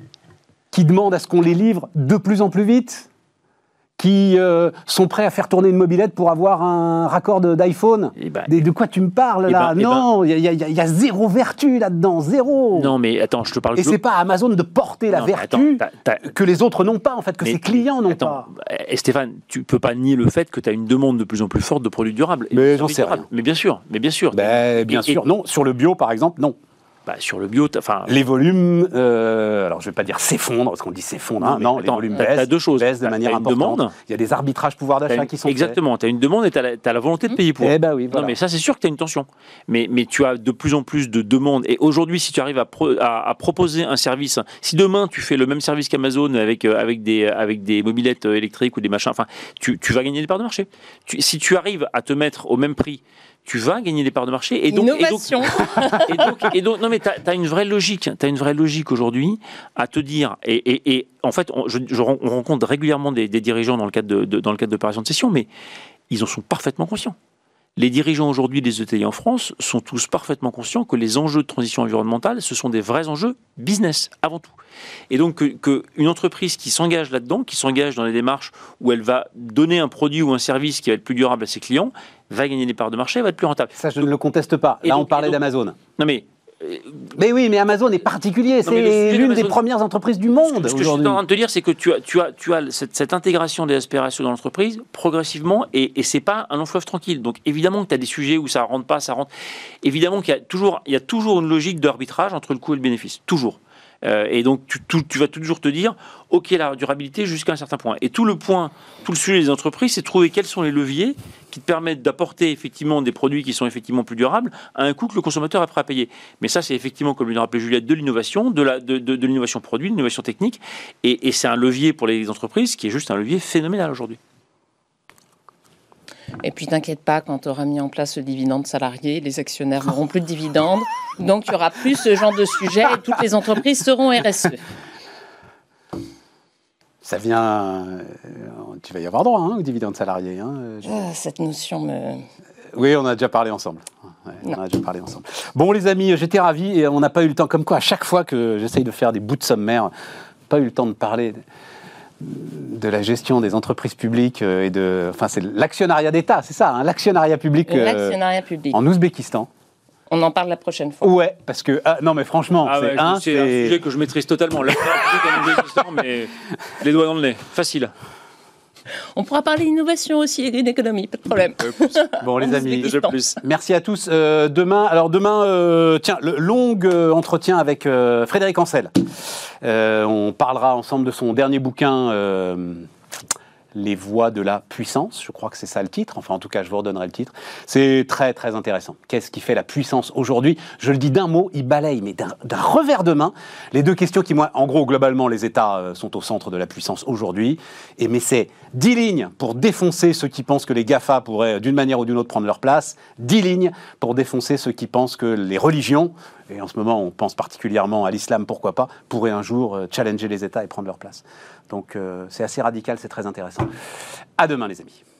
qui demandent à ce qu'on les livre de plus en plus vite, qui euh, sont prêts à faire tourner une mobilette pour avoir un raccord de- d'iPhone. Eh ben, Des- de quoi tu me parles eh là? ben, eh Non, il y, a- il y a- il y a zéro vertu là-dedans, zéro. Non, mais attends, je te parle Et c'est pas à Amazon de porter la Non, mais vertu attends, t'as- t'as- que les autres n'ont pas, en fait, que mais- ses clients n'ont attends, pas. eh, Stéphane, tu peux pas nier le fait que tu as une demande de plus en plus forte de produits durables. Et Mais de j'en services sais durables. rien. Mais bien sûr, mais bien sûr. Ben, bien Et- sûr, et- non. Sur le bio, par exemple, non. Bah, sur le bio, t'as- enfin. Les volumes, euh, alors je ne vais pas dire s'effondrent, parce qu'on dit s'effondrent, hein, mais non, attends, les volumes t'as- baissent, t'as deux choses. baissent de T'as- manière t'as une importante. demande. Il y a des arbitrages pouvoir T'as d'achat une- qui sont faits. Exactement, tu as une demande et tu as la volonté de payer pour. Eh ben oui, voilà. Non, mais ça, c'est sûr que tu as une tension. Mais, mais tu as de plus en plus de demandes. Et aujourd'hui, si tu arrives à, pro- à, à proposer un service, si demain tu fais le même service qu'Amazon avec, euh, avec, des, avec des mobilettes euh, électriques ou des machins, enfin, tu, tu vas gagner des parts de marché. Tu- si tu arrives à te mettre au même prix, tu vas gagner des parts de marché. Et donc, Innovation. Et donc, et donc, et donc- non mais tu as une vraie logique, tu as une vraie logique aujourd'hui à te dire, et, et- et en fait, on, je, je ren- on rencontre régulièrement des, des dirigeants dans le cadre de, de- dans le cadre d'opérations de cession, mais ils en sont parfaitement conscients. Les dirigeants aujourd'hui des E T I en France sont tous parfaitement conscients que les enjeux de transition environnementale, ce sont des vrais enjeux business, avant tout. Et donc, qu'une que une entreprise qui s'engage là-dedans, qui s'engage dans les démarches où elle va donner un produit ou un service qui va être plus durable à ses clients, va gagner des parts de marché, va être plus rentable. Ça, je ne le conteste pas. Et Là, donc, on parlait donc, d'Amazon. Non mais... Mais oui, mais Amazon est particulier. C'est l'une des premières entreprises du monde aujourd'hui. Ce que je suis en train de te dire, c'est que tu as, tu as, tu as cette, cette intégration des aspects ratios dans l'entreprise progressivement, et, et c'est pas un long fleuve tranquille. Donc évidemment que tu as des sujets où ça rentre pas, ça rentre. Évidemment qu'il y a toujours, il y a toujours une logique d'arbitrage entre le coût et le bénéfice, toujours. Euh, et donc tu, tu, tu vas toujours te dire, ok, la durabilité jusqu'à un certain point. Et tout le point, tout le sujet des entreprises, c'est de trouver quels sont les leviers qui te permettent d'apporter effectivement des produits qui sont effectivement plus durables à un coût que le consommateur est prêt à payer. Mais ça, c'est effectivement, comme le rappelait Juliette, de l'innovation, de, la, de, de, de l'innovation produit, de l'innovation technique. Et, et c'est un levier pour les entreprises qui est juste un levier phénoménal aujourd'hui. Et puis t'inquiète pas, quand tu auras mis en place le dividende salarié, les actionnaires n'auront plus de dividendes. Donc il n'y aura plus ce genre de sujet et toutes les entreprises seront R S E. Ça vient... Euh, tu vas y avoir droit hein, au dividende salarié. Hein, ah, cette notion me... Oui, on a déjà parlé ensemble. Ouais, on a déjà parlé ensemble. Bon, les amis, j'étais ravi et on n'a pas eu le temps. Comme quoi, à chaque fois que j'essaye de faire des bouts de sommaire, pas eu le temps de parler de, de la gestion des entreprises publiques et de... Enfin, c'est l'actionnariat d'État, c'est ça, hein, l'actionnariat public, l'actionnariat public. Euh, en Ouzbékistan. On en parle la prochaine fois. Ouais, parce que... Ah, non, mais franchement, ah c'est, ouais, un, c'est, c'est un sujet que je maîtrise totalement. L'actionnariat public en Ouzbékistan, mais les doigts dans le nez. Facile. On pourra parler d'innovation aussi et d'économie, pas de problème. Bon, les amis, plus. Merci à tous. Euh, demain, alors demain, euh, tiens, le long euh, entretien avec euh, Frédéric Ancel. Euh, on parlera ensemble de son dernier bouquin, euh, Les voies de la puissance. Je crois que c'est ça le titre. Enfin, en tout cas, je vous redonnerai le titre. C'est très, très intéressant. Qu'est-ce qui fait la puissance aujourd'hui ? Je le dis d'un mot, il balaye, mais d'un, d'un revers de main, les deux questions qui, moi, en gros, globalement, les États euh, sont au centre de la puissance aujourd'hui. Et mais c'est dix lignes pour défoncer ceux qui pensent que les GAFA pourraient, d'une manière ou d'une autre, prendre leur place. dix lignes pour défoncer ceux qui pensent que les religions, et en ce moment, on pense particulièrement à l'islam, pourquoi pas, pourraient un jour euh, challenger les États et prendre leur place. Donc, euh, c'est assez radical, c'est très intéressant. À demain, les amis.